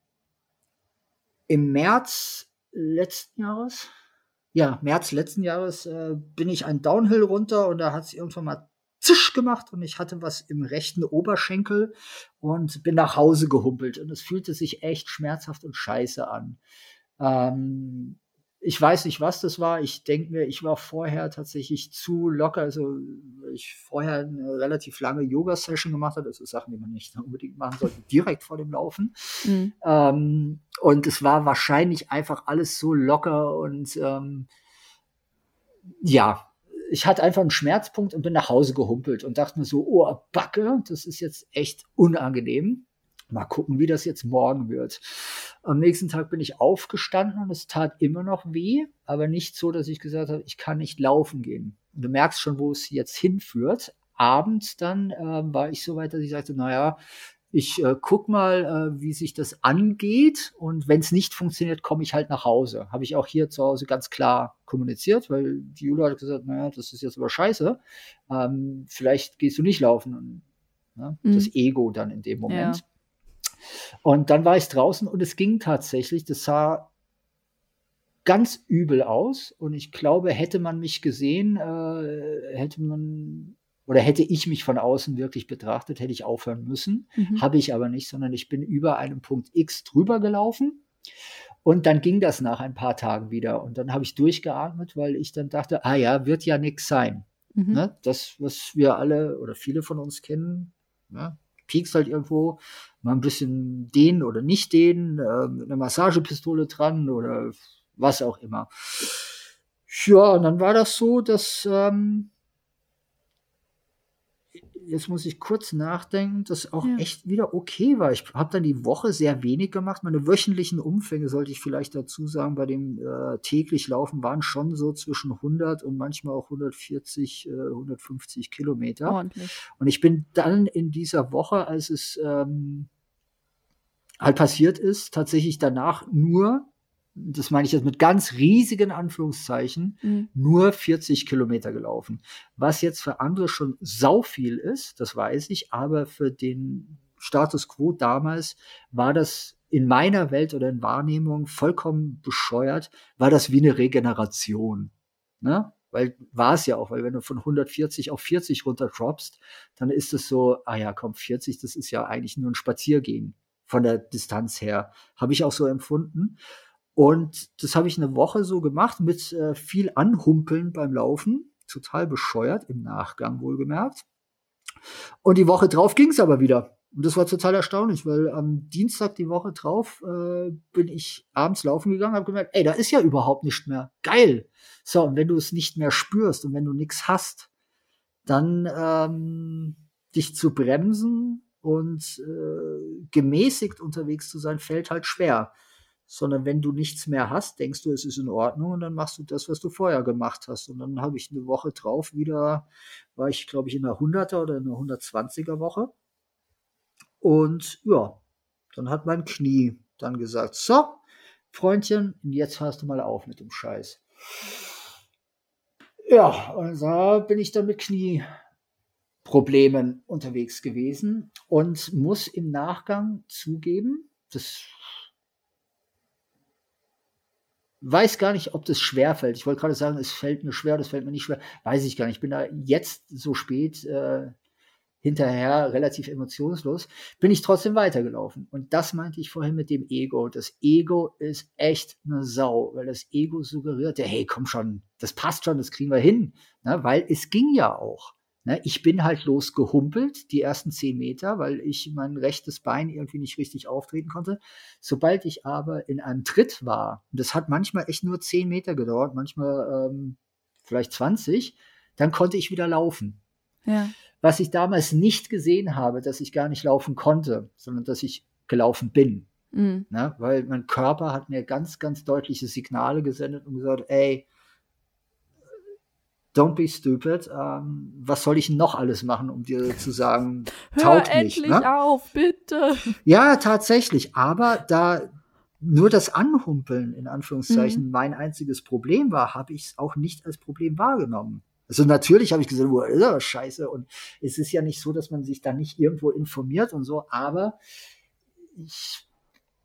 im März letzten Jahres, ja, März letzten Jahres äh, bin ich einen Downhill runter und da hat es irgendwann mal zisch gemacht und ich hatte was im rechten Oberschenkel und bin nach Hause gehumpelt und es fühlte sich echt schmerzhaft und scheiße an. Ähm, ich weiß nicht, was das war. Ich denke mir, ich war vorher tatsächlich zu locker. Also, weil ich vorher eine relativ lange Yoga-Session gemacht habe. Das sind Sachen, die man nicht unbedingt machen sollte, direkt vor dem Laufen. Mhm. Ähm, und es war wahrscheinlich einfach alles so locker und ähm, ja, ich hatte einfach einen Schmerzpunkt und bin nach Hause gehumpelt und dachte mir so, oh, Backe, das ist jetzt echt unangenehm. Mal gucken, wie das jetzt morgen wird. Am nächsten Tag bin ich aufgestanden und es tat immer noch weh, aber nicht so, dass ich gesagt habe, ich kann nicht laufen gehen. Und du merkst schon, wo es jetzt hinführt. Abends dann äh, war ich so weit, dass ich sagte, naja, ich äh, guck mal, äh, wie sich das angeht und wenn es nicht funktioniert, komme ich halt nach Hause. Habe ich auch hier zu Hause ganz klar kommuniziert, weil die Jula hat gesagt, naja, das ist jetzt aber scheiße. Ähm, vielleicht gehst du nicht laufen. Und, ne, Mhm. das Ego dann in dem Moment. Ja. Und dann war ich draußen und es ging tatsächlich, das sah ganz übel aus und ich glaube, hätte man mich gesehen, äh, hätte man oder hätte ich mich von außen wirklich betrachtet, hätte ich aufhören müssen. Mhm. Habe ich aber nicht, sondern ich bin über einem Punkt X drüber gelaufen und dann ging das nach ein paar Tagen wieder und dann habe ich durchgeatmet, weil ich dann dachte, ah ja, wird ja nix sein. Mhm. Ne? Das, was wir alle oder viele von uns kennen, ne? Piekst halt irgendwo, mal ein bisschen dehnen oder nicht dehnen, äh, mit einer Massagepistole dran oder was auch immer. Ja, und dann war das so, dass ähm, jetzt muss ich kurz nachdenken, dass auch Ja. echt wieder okay war. Ich habe dann die Woche sehr wenig gemacht. Meine wöchentlichen Umfänge, sollte ich vielleicht dazu sagen, bei dem äh, täglich Laufen waren schon so zwischen hundert und manchmal auch hundertvierzig, äh, hundertfünfzig Kilometer. Ordentlich. Und ich bin dann in dieser Woche, als es ähm, halt passiert ist, tatsächlich danach nur, das meine ich jetzt mit ganz riesigen Anführungszeichen, Mhm. nur vierzig Kilometer gelaufen. Was jetzt für andere schon sau viel ist, das weiß ich, aber für den Status quo damals war das in meiner Welt oder in Wahrnehmung vollkommen bescheuert, war das wie eine Regeneration. Ne? Weil war es ja auch, weil wenn du von hundertvierzig auf vierzig runter droppst, dann ist es so, ah ja, komm, vierzig, das ist ja eigentlich nur ein Spaziergehen von der Distanz her. Habe ich auch so empfunden. Und das habe ich eine Woche so gemacht mit äh, viel Anhumpeln beim Laufen. Total bescheuert, im Nachgang wohlgemerkt. Und die Woche drauf ging es aber wieder. Und das war total erstaunlich, weil am Dienstag die Woche drauf äh, bin ich abends laufen gegangen, habe gemerkt, ey, da ist ja überhaupt nichts mehr. Geil. So, und wenn du es nicht mehr spürst und wenn du nichts hast, dann ähm, dich zu bremsen und äh, gemäßigt unterwegs zu sein, fällt halt schwer. Sondern wenn du nichts mehr hast, denkst du, es ist in Ordnung und dann machst du das, was du vorher gemacht hast. Und dann habe ich eine Woche drauf wieder, war ich, glaube ich, in einer hunderter oder in einer hundertzwanziger Woche. Und ja, dann hat mein Knie dann gesagt, so, Freundchen, jetzt hörst du mal auf mit dem Scheiß. Ja, und da bin ich dann mit Knieproblemen unterwegs gewesen und muss im Nachgang zugeben, das weiß gar nicht, ob das schwer fällt. Ich wollte gerade sagen, es fällt mir schwer, das fällt mir nicht schwer. Weiß ich gar nicht. Ich bin da jetzt so spät äh, hinterher relativ emotionslos. Bin ich trotzdem weitergelaufen. Und das meinte ich vorhin mit dem Ego. Das Ego ist echt eine Sau, weil das Ego suggeriert, ja, hey, komm schon, das passt schon, das kriegen wir hin. Ne? Weil es ging ja auch. Ne, ich bin halt losgehumpelt, die ersten zehn Meter, weil ich mein rechtes Bein irgendwie nicht richtig auftreten konnte. Sobald ich aber in einem Tritt war, und das hat manchmal echt nur zehn Meter gedauert, manchmal ähm, vielleicht zwanzig, dann konnte ich wieder laufen. Ja. Was ich damals nicht gesehen habe, dass ich gar nicht laufen konnte, sondern dass ich gelaufen bin. Mhm. Ne, weil mein Körper hat mir ganz, ganz deutliche Signale gesendet und gesagt, ey, don't be stupid. Ähm, was soll ich noch alles machen, um dir zu sagen, taugt Hör nicht. endlich Ne? auf, bitte. Ja, tatsächlich. Aber da nur das Anhumpeln, in Anführungszeichen, Mhm. mein einziges Problem war, habe ich es auch nicht als Problem wahrgenommen. Also natürlich habe ich gesagt, wo ist das Scheiße? Und es ist ja nicht so, dass man sich da nicht irgendwo informiert und so, aber ich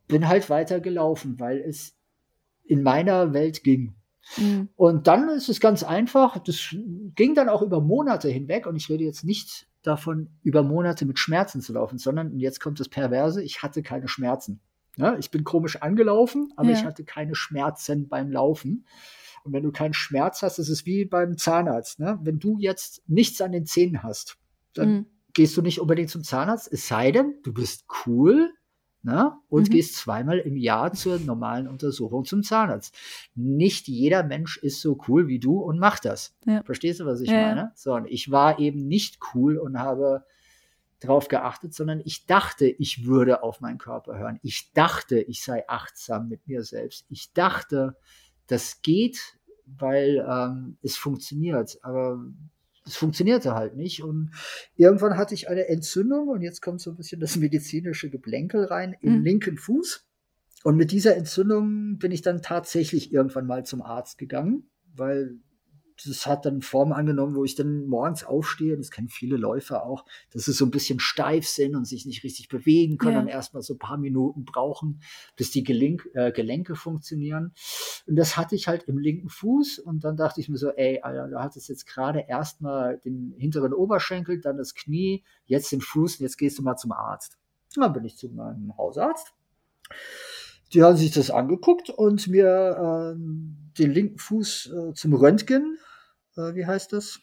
bin halt weiter gelaufen, weil es in meiner Welt ging. Mhm. Und dann ist es ganz einfach, das ging dann auch über Monate hinweg und ich rede jetzt nicht davon, über Monate mit Schmerzen zu laufen, sondern, und jetzt kommt das Perverse, ich hatte keine Schmerzen. Ja, ich bin komisch angelaufen, aber Ja. ich hatte keine Schmerzen beim Laufen. Und wenn du keinen Schmerz hast, ist es wie beim Zahnarzt. Ne? Wenn du jetzt nichts an den Zähnen hast, dann Mhm. gehst du nicht unbedingt zum Zahnarzt, es sei denn, du bist cool, ne? Und Mhm. gehst zweimal im Jahr zur normalen Untersuchung zum Zahnarzt. Nicht jeder Mensch ist so cool wie du und macht das. Ja. Verstehst du, was ich Ja, ja. meine? So, und ich war eben nicht cool und habe drauf geachtet, sondern ich dachte, ich würde auf meinen Körper hören. Ich dachte, ich sei achtsam mit mir selbst. Ich dachte, das geht, weil ähm, es funktioniert. Aber es funktionierte halt nicht. Und irgendwann hatte ich eine Entzündung und jetzt kommt so ein bisschen das medizinische Geplänkel rein im Mhm. linken Fuß. Und mit dieser Entzündung bin ich dann tatsächlich irgendwann mal zum Arzt gegangen, weil das hat dann Form angenommen, wo ich dann morgens aufstehe, das kennen viele Läufer auch, dass sie so ein bisschen steif sind und sich nicht richtig bewegen können Ja. und erstmal so ein paar Minuten brauchen, bis die Gelenk, äh, Gelenke funktionieren. Und das hatte ich halt im linken Fuß und dann dachte ich mir so, ey, Alter, du hattest jetzt gerade erstmal den hinteren Oberschenkel, dann das Knie, jetzt den Fuß und jetzt gehst du mal zum Arzt. Und dann bin ich zu meinem Hausarzt. Die haben sich das angeguckt und mir ähm, den linken Fuß äh, zum Röntgen, äh, wie heißt das,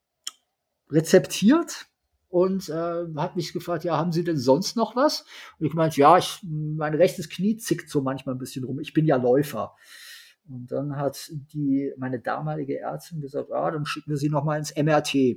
rezeptiert und äh, hat mich gefragt, ja, haben Sie denn sonst noch was? Und ich meinte, ja, ich, mein rechtes Knie zickt so manchmal ein bisschen rum. Ich bin ja Läufer. Und dann hat die, meine damalige Ärztin gesagt, ah, dann schicken wir Sie noch mal ins M R T.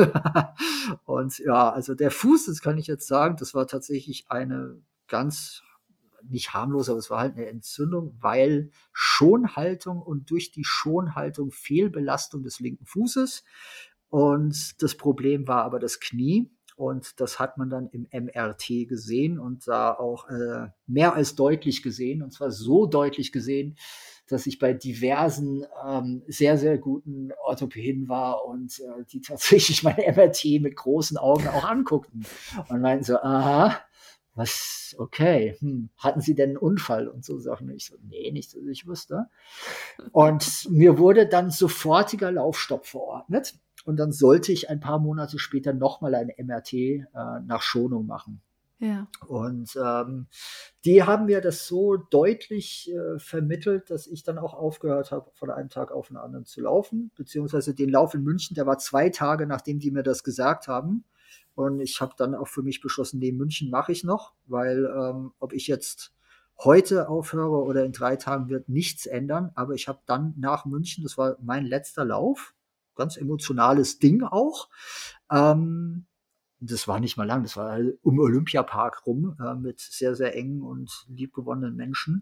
Und ja, also der Fuß, das kann ich jetzt sagen, das war tatsächlich eine ganz nicht harmlos, aber es war halt eine Entzündung, weil Schonhaltung und durch die Schonhaltung Fehlbelastung des linken Fußes. Und das Problem war aber das Knie. Und das hat man dann im M R T gesehen und da auch äh, mehr als deutlich gesehen. Und zwar so deutlich gesehen, dass ich bei diversen ähm, sehr, sehr guten Orthopäden war und äh, die tatsächlich mein M R T mit großen Augen auch anguckten und meinten so, aha, was, okay, hm, hatten Sie denn einen Unfall und so Sachen? Und ich so, nee, nicht, dass ich wusste. Und mir wurde dann sofortiger Laufstopp verordnet. Und dann sollte ich ein paar Monate später nochmal ein M R T äh, nach Schonung machen. Ja. Und ähm, die haben mir das so deutlich äh, vermittelt, dass ich dann auch aufgehört habe, von einem Tag auf den anderen zu laufen. Beziehungsweise den Lauf in München, der war zwei Tage, nachdem die mir das gesagt haben. Und ich habe dann auch für mich beschlossen, nee, München mache ich noch, weil ähm, ob ich jetzt heute aufhöre oder in drei Tagen wird nichts ändern. Aber ich habe dann nach München, das war mein letzter Lauf, ganz emotionales Ding auch. Ähm, das war nicht mal lang, das war halt um Olympiapark rum äh, mit sehr, sehr engen und liebgewonnenen Menschen.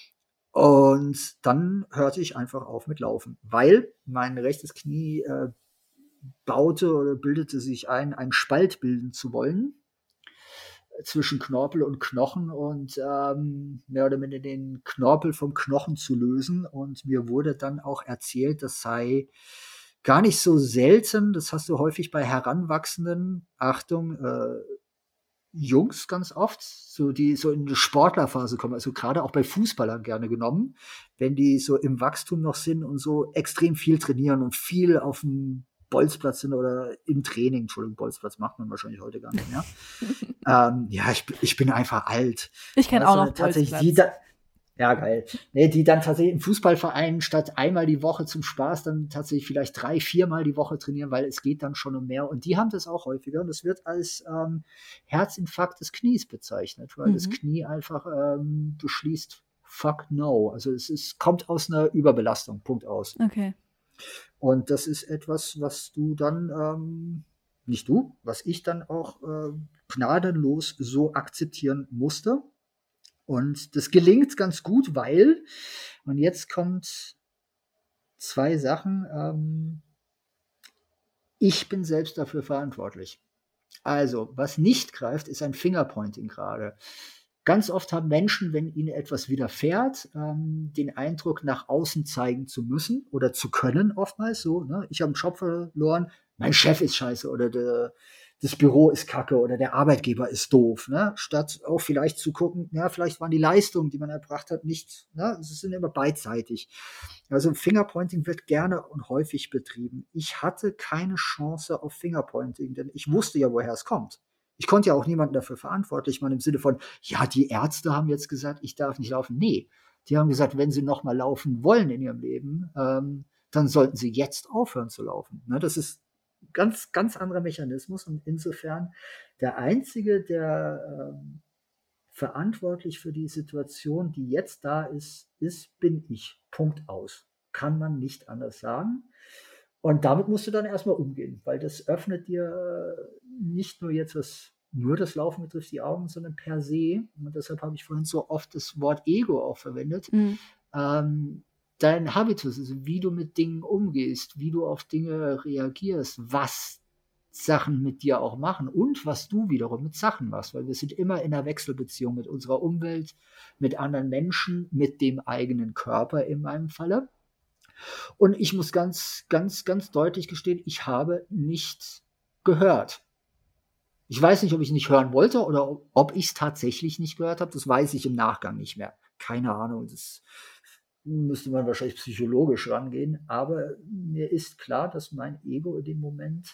Und dann hörte ich einfach auf mit Laufen, weil mein rechtes Knie äh, baute oder bildete sich ein, einen Spalt bilden zu wollen zwischen Knorpel und Knochen und ähm, mehr oder minder den Knorpel vom Knochen zu lösen. Und mir wurde dann auch erzählt, das sei gar nicht so selten, das hast du häufig bei Heranwachsenden, Achtung, äh, Jungs ganz oft, so die so in eine Sportlerphase kommen, also gerade auch bei Fußballern gerne genommen, wenn die so im Wachstum noch sind und so extrem viel trainieren und viel auf dem Bolzplatz sind oder im Training, Entschuldigung, Bolzplatz macht man wahrscheinlich heute gar nicht mehr. ähm, ja, ich, ich bin einfach alt. Ich kenne Also auch noch tatsächlich Bolzplatz. die da, ja, geil. Nee, die dann tatsächlich im Fußballverein statt einmal die Woche zum Spaß dann tatsächlich vielleicht drei, viermal die Woche trainieren, weil es geht dann schon um mehr. Und die haben das auch häufiger. Und das wird als ähm, Herzinfarkt des Knies bezeichnet, weil Mhm. das Knie einfach ähm, beschließt, fuck no. Also es ist, kommt aus einer Überbelastung, Punkt aus. Okay. Und das ist etwas, was du dann, ähm, nicht du, was ich dann auch äh, gnadenlos so akzeptieren musste. Und das gelingt ganz gut, weil, und jetzt kommt zwei Sachen, ähm, ich bin selbst dafür verantwortlich. Also, was nicht greift, ist ein Fingerpointing gerade. Ganz oft haben Menschen, wenn ihnen etwas widerfährt, ähm, den Eindruck, nach außen zeigen zu müssen oder zu können, oftmals so. Ne? Ich habe einen Job verloren, mein Chef ist scheiße oder der, das Büro ist kacke oder der Arbeitgeber ist doof, ne? Statt auch vielleicht zu gucken, ja, vielleicht waren die Leistungen, die man erbracht hat, nicht, ne? Es sind immer beidseitig. Also Fingerpointing wird gerne und häufig betrieben. Ich hatte keine Chance auf Fingerpointing, denn ich wusste ja, woher es kommt. Ich konnte ja auch niemanden dafür verantwortlich machen im Sinne von, ja, die Ärzte haben jetzt gesagt, ich darf nicht laufen. Nee, die haben gesagt, wenn sie noch mal laufen wollen in ihrem Leben, ähm, dann sollten sie jetzt aufhören zu laufen. Ne? Das ist ganz, ganz anderer Mechanismus und insofern der Einzige, der ähm, verantwortlich für die Situation, die jetzt da ist, ist, bin ich. Punkt aus. Kann man nicht anders sagen. Und damit musst du dann erstmal umgehen, weil das öffnet dir nicht nur jetzt, was nur das Laufen betrifft, die Augen, sondern per se. Und deshalb habe ich vorhin so oft das Wort Ego auch verwendet. Mhm. Ähm, dein Habitus, also wie du mit Dingen umgehst, wie du auf Dinge reagierst, was Sachen mit dir auch machen und was du wiederum mit Sachen machst, weil wir sind immer in einer Wechselbeziehung mit unserer Umwelt, mit anderen Menschen, mit dem eigenen Körper in meinem Falle. Und ich muss ganz, ganz, ganz deutlich gestehen, ich habe nicht gehört. Ich weiß nicht, ob ich nicht hören wollte oder ob ich es tatsächlich nicht gehört habe. Das weiß ich im Nachgang nicht mehr. Keine Ahnung, das müsste man wahrscheinlich psychologisch rangehen. Aber mir ist klar, dass mein Ego in dem Moment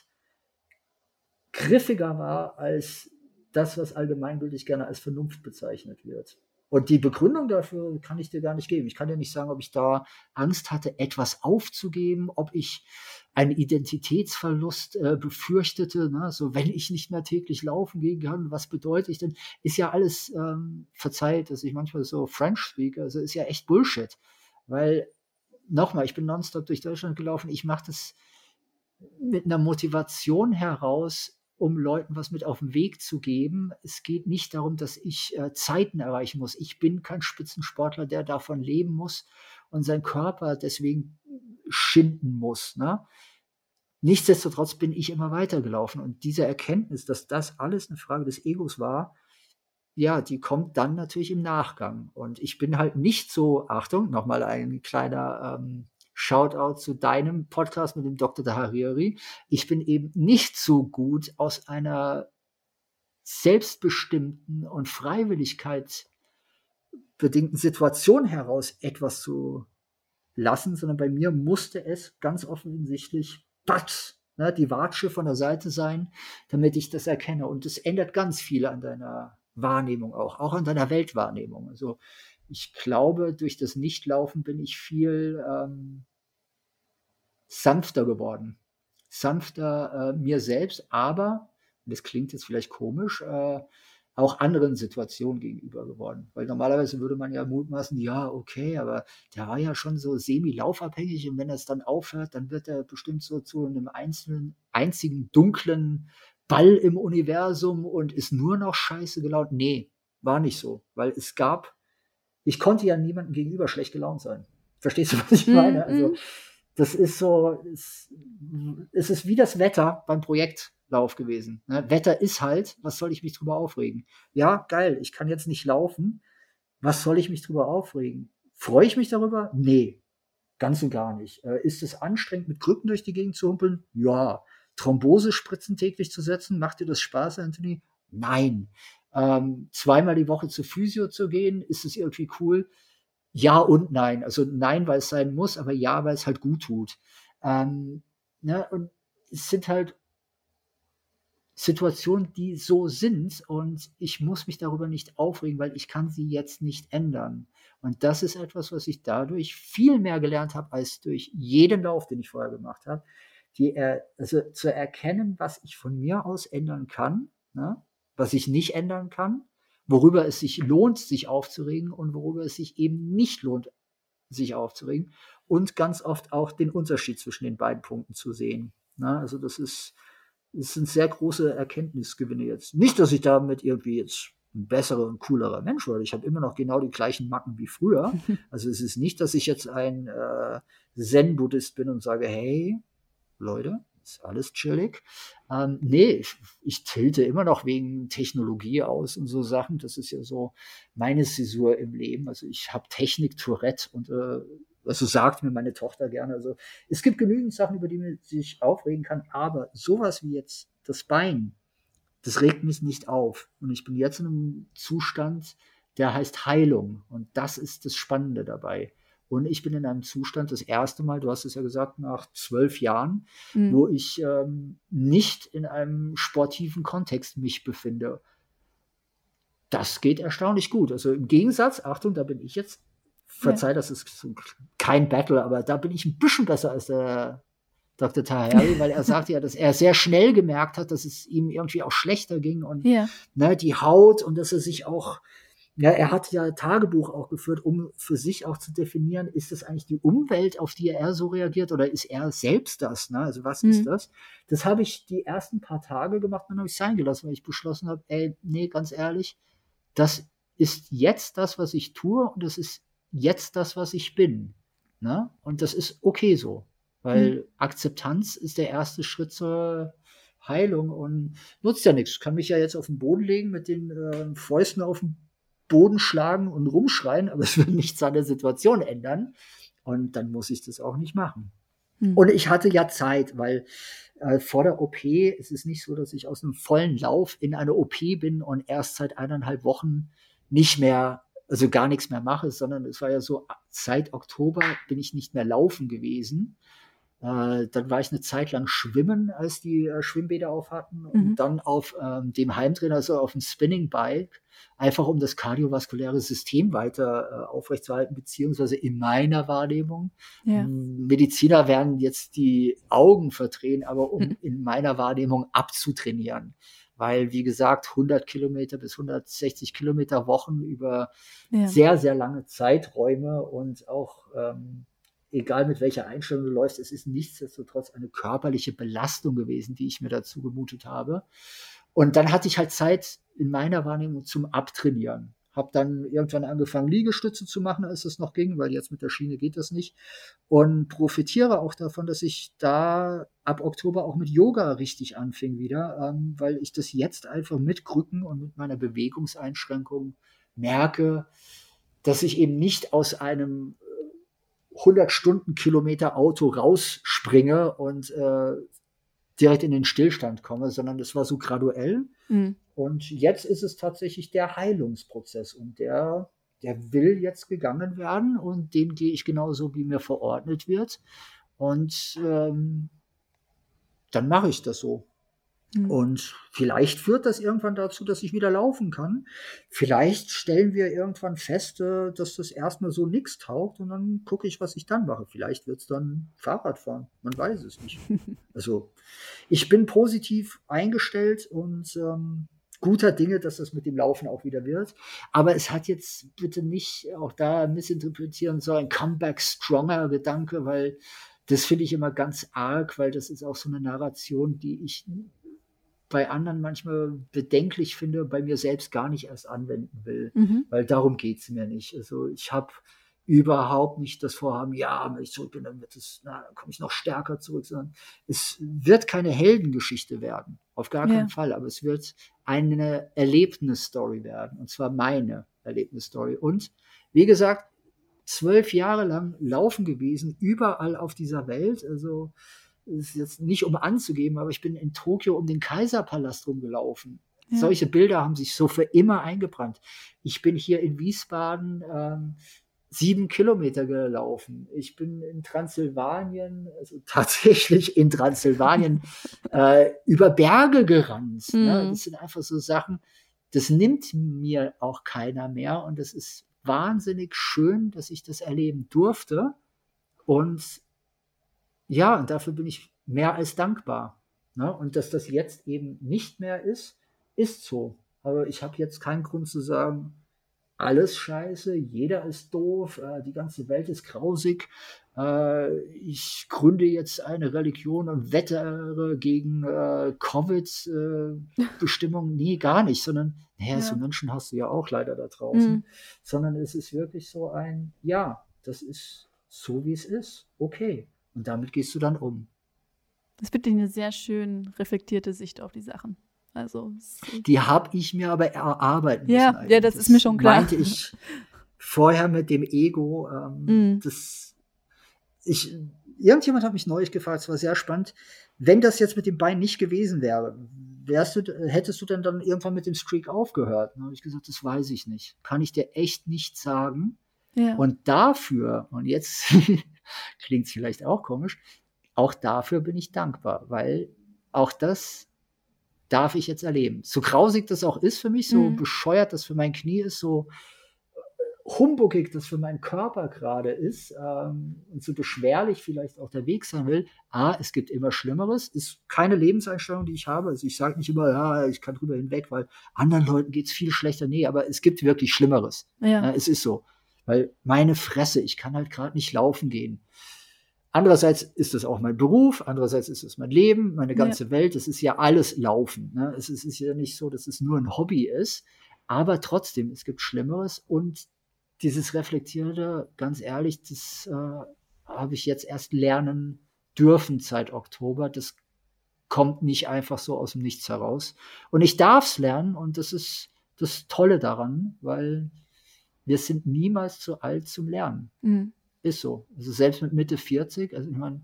griffiger war als das, was allgemeingültig gerne als Vernunft bezeichnet wird. Und die Begründung dafür kann ich dir gar nicht geben. Ich kann dir nicht sagen, ob ich da Angst hatte, etwas aufzugeben, ob ich einen Identitätsverlust äh, befürchtete. Ne? So, wenn ich nicht mehr täglich laufen gehen kann, was bedeutet ich denn? Ist ja alles, ähm, verzeiht, dass ich manchmal so French speak, also ist ja echt Bullshit. Weil, nochmal, ich bin nonstop durch Deutschland gelaufen, ich mache das mit einer Motivation heraus, um Leuten was mit auf den Weg zu geben. Es geht nicht darum, dass ich äh, Zeiten erreichen muss. Ich bin kein Spitzensportler, der davon leben muss und seinen Körper deswegen schinden muss. Ne? Nichtsdestotrotz bin ich immer weitergelaufen. Und diese Erkenntnis, dass das alles eine Frage des Egos war, ja, die kommt dann natürlich im Nachgang. Und ich bin halt nicht so, Achtung, nochmal ein kleiner ähm, Shoutout zu deinem Podcast mit dem Doktor Hariri. Ich bin eben nicht so gut aus einer selbstbestimmten und Freiwilligkeit bedingten Situation heraus etwas zu lassen, sondern bei mir musste es ganz offensichtlich batz, ne, die Watsche von der Seite sein, damit ich das erkenne. Und das ändert ganz viel an deiner Wahrnehmung auch, auch an deiner Weltwahrnehmung. Also ich glaube, durch das Nichtlaufen bin ich viel ähm, sanfter geworden. Sanfter äh, mir selbst, aber, das klingt jetzt vielleicht komisch, äh, auch anderen Situationen gegenüber geworden. Weil normalerweise würde man ja mutmaßen, ja, okay, aber der war ja schon so semi-laufabhängig und wenn das dann aufhört, dann wird er bestimmt so zu einem einzelnen, einzigen dunklen Ball im Universum und ist nur noch scheiße gelaunt. Nee, war nicht so, weil es gab, ich konnte ja niemandem gegenüber schlecht gelaunt sein. Verstehst du, was ich meine? Mm-hmm. Also das ist so, es, es ist wie das Wetter beim Projektlauf gewesen. Ne? Wetter ist halt, was soll ich mich drüber aufregen? Ja, geil, ich kann jetzt nicht laufen. Was soll ich mich drüber aufregen? Freue ich mich darüber? Nee, ganz und gar nicht. Äh, ist es anstrengend, mit Krücken durch die Gegend zu humpeln? Ja. Thrombosespritzen täglich zu setzen? Macht dir das Spaß, Anthony? Nein. Ähm, zweimal die Woche zur Physio zu gehen, ist es irgendwie cool? Ja und nein. Also nein, weil es sein muss, aber ja, weil es halt gut tut. Ähm, ne? Und es sind halt Situationen, die so sind und ich muss mich darüber nicht aufregen, weil ich kann sie jetzt nicht ändern. Und das ist etwas, was ich dadurch viel mehr gelernt habe, als durch jeden Lauf, den ich vorher gemacht habe. Die, also zu erkennen, was ich von mir aus ändern kann, ne? Was ich nicht ändern kann, worüber es sich lohnt, sich aufzuregen und worüber es sich eben nicht lohnt, sich aufzuregen und ganz oft auch den Unterschied zwischen den beiden Punkten zu sehen. Ne? Also das ist, das sind sehr große Erkenntnisgewinne jetzt. Nicht, dass ich damit irgendwie jetzt ein besserer und coolerer Mensch werde. Ich habe immer noch genau die gleichen Macken wie früher. Also es ist nicht, dass ich jetzt ein äh, Zen-Buddhist bin und sage, hey, Leute, ist alles chillig. Ähm, nee, ich, ich tilte immer noch wegen Technologie aus und so Sachen. Das ist ja so meine Zäsur im Leben. Also ich habe Technik Tourette und äh, also sagt mir meine Tochter gerne. Also es gibt genügend Sachen, über die man sich aufregen kann, aber sowas wie jetzt das Bein, das regt mich nicht auf. Und ich bin jetzt in einem Zustand, der heißt Heilung. Und das ist das Spannende dabei. Und ich bin in einem Zustand, das erste Mal, du hast es ja gesagt, nach zwölf Jahren, mhm. wo ich ähm, nicht in einem sportiven Kontext mich befinde. Das geht erstaunlich gut. Also im Gegensatz, Achtung, da bin ich jetzt, verzeih, ja. das ist kein Battle, aber da bin ich ein bisschen besser als der Doktor Taheri, weil er sagte ja, dass er sehr schnell gemerkt hat, dass es ihm irgendwie auch schlechter ging und ja. ne, die Haut und dass er sich auch, ja, er hat ja Tagebuch auch geführt, um für sich auch zu definieren, ist das eigentlich die Umwelt, auf die er so reagiert oder ist er selbst das? Ne? Also was mhm. ist das? Das habe ich die ersten paar Tage gemacht, dann habe ich es sein gelassen, weil ich beschlossen habe, ey, nee, ganz ehrlich, das ist jetzt das, was ich tue und das ist jetzt das, was ich bin. Ne? Und das ist okay so. Weil mhm. Akzeptanz ist der erste Schritt zur Heilung und nutzt ja nichts. Ich kann mich ja jetzt auf den Boden legen, mit den äh, Fäusten auf den Boden schlagen und rumschreien, aber es wird nichts an der Situation ändern. Und dann muss ich das auch nicht machen. Mhm. Und ich hatte ja Zeit, weil äh, vor der O P ist es nicht so, dass ich aus einem vollen Lauf in eine O P bin und erst seit eineinhalb Wochen nicht mehr, also gar nichts mehr mache, sondern es war ja so, seit Oktober bin ich nicht mehr laufen gewesen. Äh, dann war ich eine Zeit lang schwimmen, als die äh, Schwimmbäder auf hatten und mhm. dann auf ähm, dem Heimtrainer, also auf dem Spinning Bike, einfach um das kardiovaskuläre System weiter äh, aufrechtzuerhalten, beziehungsweise in meiner Wahrnehmung. Ja. Mediziner werden jetzt die Augen verdrehen, aber um mhm. in meiner Wahrnehmung abzutrainieren. Weil, wie gesagt, hundert Kilometer bis hundertsechzig Kilometer Wochen über ja. sehr, sehr lange Zeiträume und auch ähm, egal mit welcher Einstellung du läufst, es ist nichtsdestotrotz eine körperliche Belastung gewesen, die ich mir dazu gemutet habe. Und dann hatte ich halt Zeit in meiner Wahrnehmung zum Abtrainieren. Habe dann irgendwann angefangen, Liegestütze zu machen, als es noch ging, weil jetzt mit der Schiene geht das nicht. Und profitiere auch davon, dass ich da ab Oktober auch mit Yoga richtig anfing wieder, ähm, weil ich das jetzt einfach mit Krücken und mit meiner Bewegungseinschränkung merke, dass ich eben nicht aus einem hundert Stundenkilometer Auto rausspringe und äh, direkt in den Stillstand komme, sondern das war so graduell. Mhm. Und jetzt ist es tatsächlich der Heilungsprozess und der, der will jetzt gegangen werden und den gehe ich genauso, wie mir verordnet wird. Und ähm, dann mache ich das so. Mhm. Und vielleicht führt das irgendwann dazu, dass ich wieder laufen kann. Vielleicht stellen wir irgendwann fest, dass das erstmal so nichts taugt und dann gucke ich, was ich dann mache. Vielleicht wird es dann Fahrradfahren. Man weiß es nicht. Also ich bin positiv eingestellt und ähm, guter Dinge, dass das mit dem Laufen auch wieder wird. Aber es hat jetzt bitte nicht auch da missinterpretieren so ein Comeback-Stronger-Gedanke, weil das finde ich immer ganz arg, weil das ist auch so eine Narration, die ich bei anderen manchmal bedenklich finde, bei mir selbst gar nicht erst anwenden will, mhm. weil darum geht es mir nicht. Also ich habe überhaupt nicht das Vorhaben, ja, wenn ich zurück bin, dann wird es, na, dann komme ich noch stärker zurück, sondern es wird keine Heldengeschichte werden, auf gar keinen ja. Fall, aber es wird eine Erlebnisstory werden, und zwar meine Erlebnisstory. Und wie gesagt, zwölf Jahre lang laufen gewesen, überall auf dieser Welt, also ist jetzt nicht um anzugeben, aber ich bin in Tokio um den Kaiserpalast rumgelaufen. Ja. Solche Bilder haben sich so für immer eingebrannt. Ich bin hier in Wiesbaden ähm, sieben Kilometer gelaufen. Ich bin in Transsilvanien, also tatsächlich in Transsilvanien, äh, über Berge gerannt. Mhm. Ne? Das sind einfach so Sachen, das nimmt mir auch keiner mehr und das ist wahnsinnig schön, dass ich das erleben durfte. Und ja, und dafür bin ich mehr als dankbar. Ne? Und dass das jetzt eben nicht mehr ist, ist so. Aber ich habe jetzt keinen Grund zu sagen, alles scheiße, jeder ist doof, äh, die ganze Welt ist grausig. Äh, ich gründe jetzt eine Religion und wettere gegen äh, Covid-Bestimmungen. Äh, nee, gar nicht, sondern, naja, ja. so Menschen hast du ja auch leider da draußen. Mhm. Sondern es ist wirklich so ein, ja, das ist so, wie es ist. Okay. Und damit gehst du dann um. Das wird eine sehr schön reflektierte Sicht auf die Sachen. Also die habe ich mir aber erarbeiten ja, müssen. Ja, das, das ist mir schon klar. Meinte ich vorher mit dem Ego. Ähm, mm. das, ich, irgendjemand hat mich neulich gefragt, es war sehr spannend, wenn das jetzt mit dem Bein nicht gewesen wäre, wärst du, hättest du denn dann irgendwann mit dem Streak aufgehört? Dann habe ich gesagt, das weiß ich nicht. Kann ich dir echt nicht sagen. Ja. Und dafür, und jetzt klingt es vielleicht auch komisch, auch dafür bin ich dankbar, weil auch das darf ich jetzt erleben. So grausig das auch ist für mich, so Mhm. bescheuert das für mein Knie ist, so humbugig das für meinen Körper gerade ist ähm, und so beschwerlich vielleicht auch der Weg sein will. A, es gibt immer Schlimmeres, ist keine Lebenseinstellung, die ich habe. Also ich sage nicht immer, ja, ich kann drüber hinweg, weil anderen Leuten geht es viel schlechter. Nee, aber es gibt wirklich Schlimmeres. Ja. Ja, es ist so. Weil meine Fresse, ich kann halt gerade nicht laufen gehen. Andererseits ist es auch mein Beruf, andererseits ist es mein Leben, meine ganze ja. Welt. Es ist ja alles Laufen. Ne? Es, ist, es ist ja nicht so, dass es nur ein Hobby ist. Aber trotzdem, es gibt Schlimmeres und dieses Reflektierte, ganz ehrlich, das äh, habe ich jetzt erst lernen dürfen seit Oktober. Das kommt nicht einfach so aus dem Nichts heraus. Und ich darf es lernen und das ist das Tolle daran, weil wir sind niemals zu alt zum Lernen. Mhm. Ist so. Also selbst mit Mitte vierzig, also ich meine,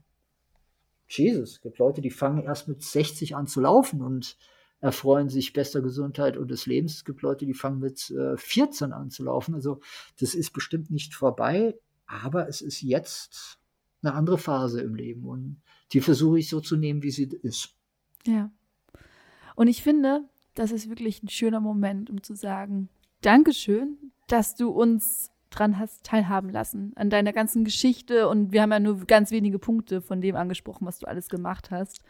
Jesus, es gibt Leute, die fangen erst mit sechzig an zu laufen und erfreuen sich bester Gesundheit und des Lebens. Es gibt Leute, die fangen mit äh, vierzehn an zu laufen. Also das ist bestimmt nicht vorbei, aber es ist jetzt eine andere Phase im Leben und die versuche ich so zu nehmen, wie sie ist. Ja. Und ich finde, das ist wirklich ein schöner Moment, um zu sagen, Dankeschön, dass du uns dran hast teilhaben lassen, an deiner ganzen Geschichte. Und wir haben ja nur ganz wenige Punkte von dem angesprochen, was du alles gemacht hast.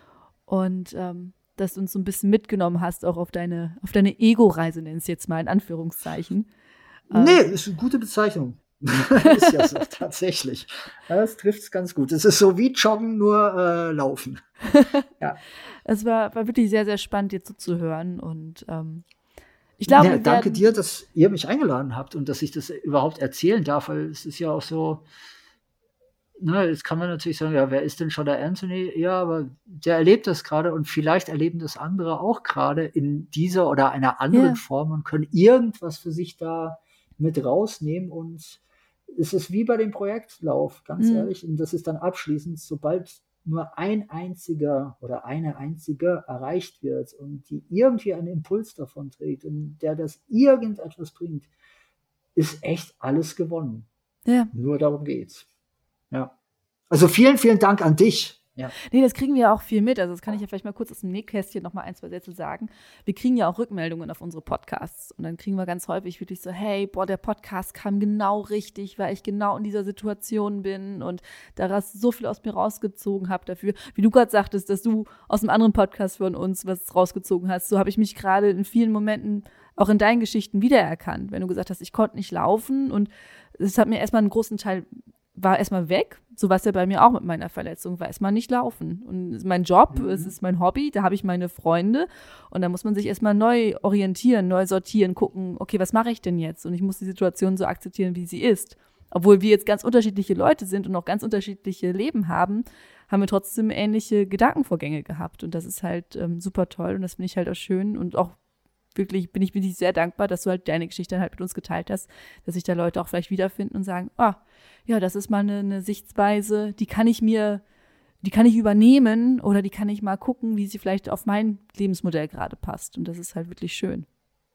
Und ähm, dass du uns so ein bisschen mitgenommen hast, auch auf deine, auf deine Ego-Reise, nenn es jetzt mal in Anführungszeichen. Nee, ähm, ist eine gute Bezeichnung. Ist ja so, tatsächlich. Das trifft es ganz gut. Es ist so wie Joggen, nur äh, Laufen. Ja. Es war, war wirklich sehr, sehr spannend, dir zuzuhören. Und ähm, ich glaube, ja, danke dir, dass ihr mich eingeladen habt und dass ich das überhaupt erzählen darf, weil es ist ja auch so, na, jetzt kann man natürlich sagen, ja, wer ist denn schon der Anthony? Ja, aber der erlebt das gerade und vielleicht erleben das andere auch gerade in dieser oder einer anderen ja. Form und können irgendwas für sich da mit rausnehmen. Und es ist wie bei dem Projektlauf, ganz mhm. ehrlich, und das ist dann abschließend, sobald nur ein einziger oder eine einzige erreicht wird und die irgendwie einen Impuls davon trägt und der das irgendetwas bringt, ist echt alles gewonnen. Ja. Nur darum geht's. Ja. Also vielen, vielen Dank an dich. Ja. Nee, das kriegen wir ja auch viel mit. Also das kann ich ja vielleicht mal kurz aus dem Nähkästchen noch mal ein, zwei Sätze sagen. Wir kriegen ja auch Rückmeldungen auf unsere Podcasts. Und dann kriegen wir ganz häufig wirklich so, hey, boah, der Podcast kam genau richtig, weil ich genau in dieser Situation bin und daraus so viel aus mir rausgezogen habe dafür. Wie du gerade sagtest, dass du aus einem anderen Podcast von uns was rausgezogen hast, so habe ich mich gerade in vielen Momenten auch in deinen Geschichten wiedererkannt. Wenn du gesagt hast, ich konnte nicht laufen und es hat mir erstmal einen großen Teil war erstmal weg, so war es ja bei mir auch mit meiner Verletzung, war erstmal nicht laufen. Und mein Job, mhm. es ist mein Hobby, da habe ich meine Freunde und da muss man sich erstmal neu orientieren, neu sortieren, gucken, okay, was mache ich denn jetzt? Und ich muss die Situation so akzeptieren, wie sie ist. Obwohl wir jetzt ganz unterschiedliche Leute sind und auch ganz unterschiedliche Leben haben, haben wir trotzdem ähnliche Gedankenvorgänge gehabt und das ist halt ähm, super toll und das finde ich halt auch schön und auch wirklich bin ich wirklich sehr dankbar, dass du halt deine Geschichte halt mit uns geteilt hast, dass sich da Leute auch vielleicht wiederfinden und sagen, ah, ja, das ist mal eine, eine Sichtweise, die kann ich mir, die kann ich übernehmen oder die kann ich mal gucken, wie sie vielleicht auf mein Lebensmodell gerade passt. Und das ist halt wirklich schön.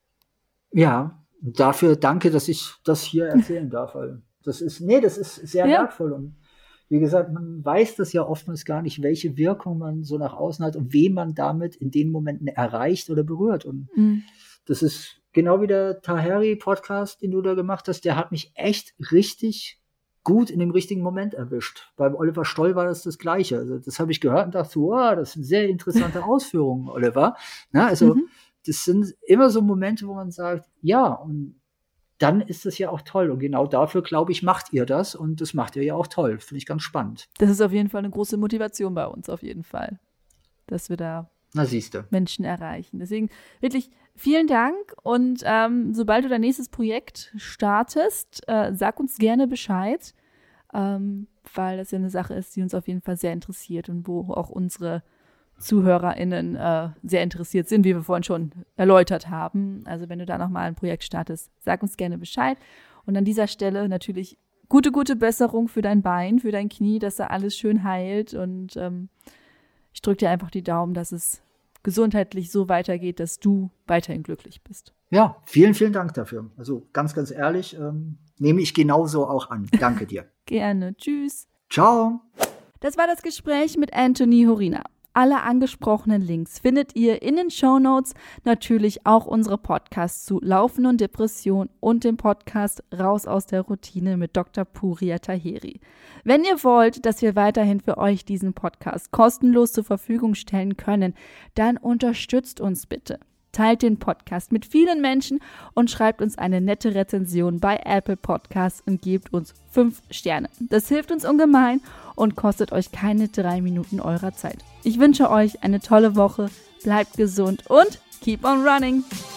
Ja, dafür danke, dass ich das hier erzählen darf. Weil das ist, nee, das ist sehr ja. wertvoll. Und wie gesagt, man weiß das ja oftmals gar nicht, welche Wirkung man so nach außen hat und wen man damit in den Momenten erreicht oder berührt. Und mhm. das ist genau wie der Taheri-Podcast, den du da gemacht hast, der hat mich echt richtig gut in dem richtigen Moment erwischt. Beim Oliver Stoll war das das Gleiche. Also das habe ich gehört und dachte, wow, das sind sehr interessante Ausführungen, Oliver. Na, also mhm. das sind immer so Momente, wo man sagt, ja, und dann ist das ja auch toll. Und genau dafür, glaube ich, macht ihr das. Und das macht ihr ja auch toll. Finde ich ganz spannend. Das ist auf jeden Fall eine große Motivation bei uns, auf jeden Fall. Dass wir da Na, siehste. Menschen erreichen. Deswegen wirklich vielen Dank. Und ähm, sobald du dein nächstes Projekt startest, äh, sag uns gerne Bescheid. Ähm, weil das ja eine Sache ist, die uns auf jeden Fall sehr interessiert und wo auch unsere ZuhörerInnen äh, sehr interessiert sind, wie wir vorhin schon erläutert haben. Also wenn du da nochmal ein Projekt startest, sag uns gerne Bescheid. Und an dieser Stelle natürlich gute, gute Besserung für dein Bein, für dein Knie, dass da alles schön heilt. Und ähm, ich drücke dir einfach die Daumen, dass es gesundheitlich so weitergeht, dass du weiterhin glücklich bist. Ja, vielen, vielen Dank dafür. Also ganz, ganz ehrlich, ähm, nehme ich genauso auch an. Danke dir. Gerne. Tschüss. Ciao. Das war das Gespräch mit Anthony Horina. Alle angesprochenen Links findet ihr in den Shownotes, natürlich auch unsere Podcasts zu Laufen und Depression und den Podcast Raus aus der Routine mit Doktor Pouria Taheri. Wenn ihr wollt, dass wir weiterhin für euch diesen Podcast kostenlos zur Verfügung stellen können, dann unterstützt uns bitte. Teilt den Podcast mit vielen Menschen und schreibt uns eine nette Rezension bei Apple Podcasts und gebt uns fünf Sterne. Das hilft uns ungemein und kostet euch keine drei Minuten eurer Zeit. Ich wünsche euch eine tolle Woche, bleibt gesund und keep on running!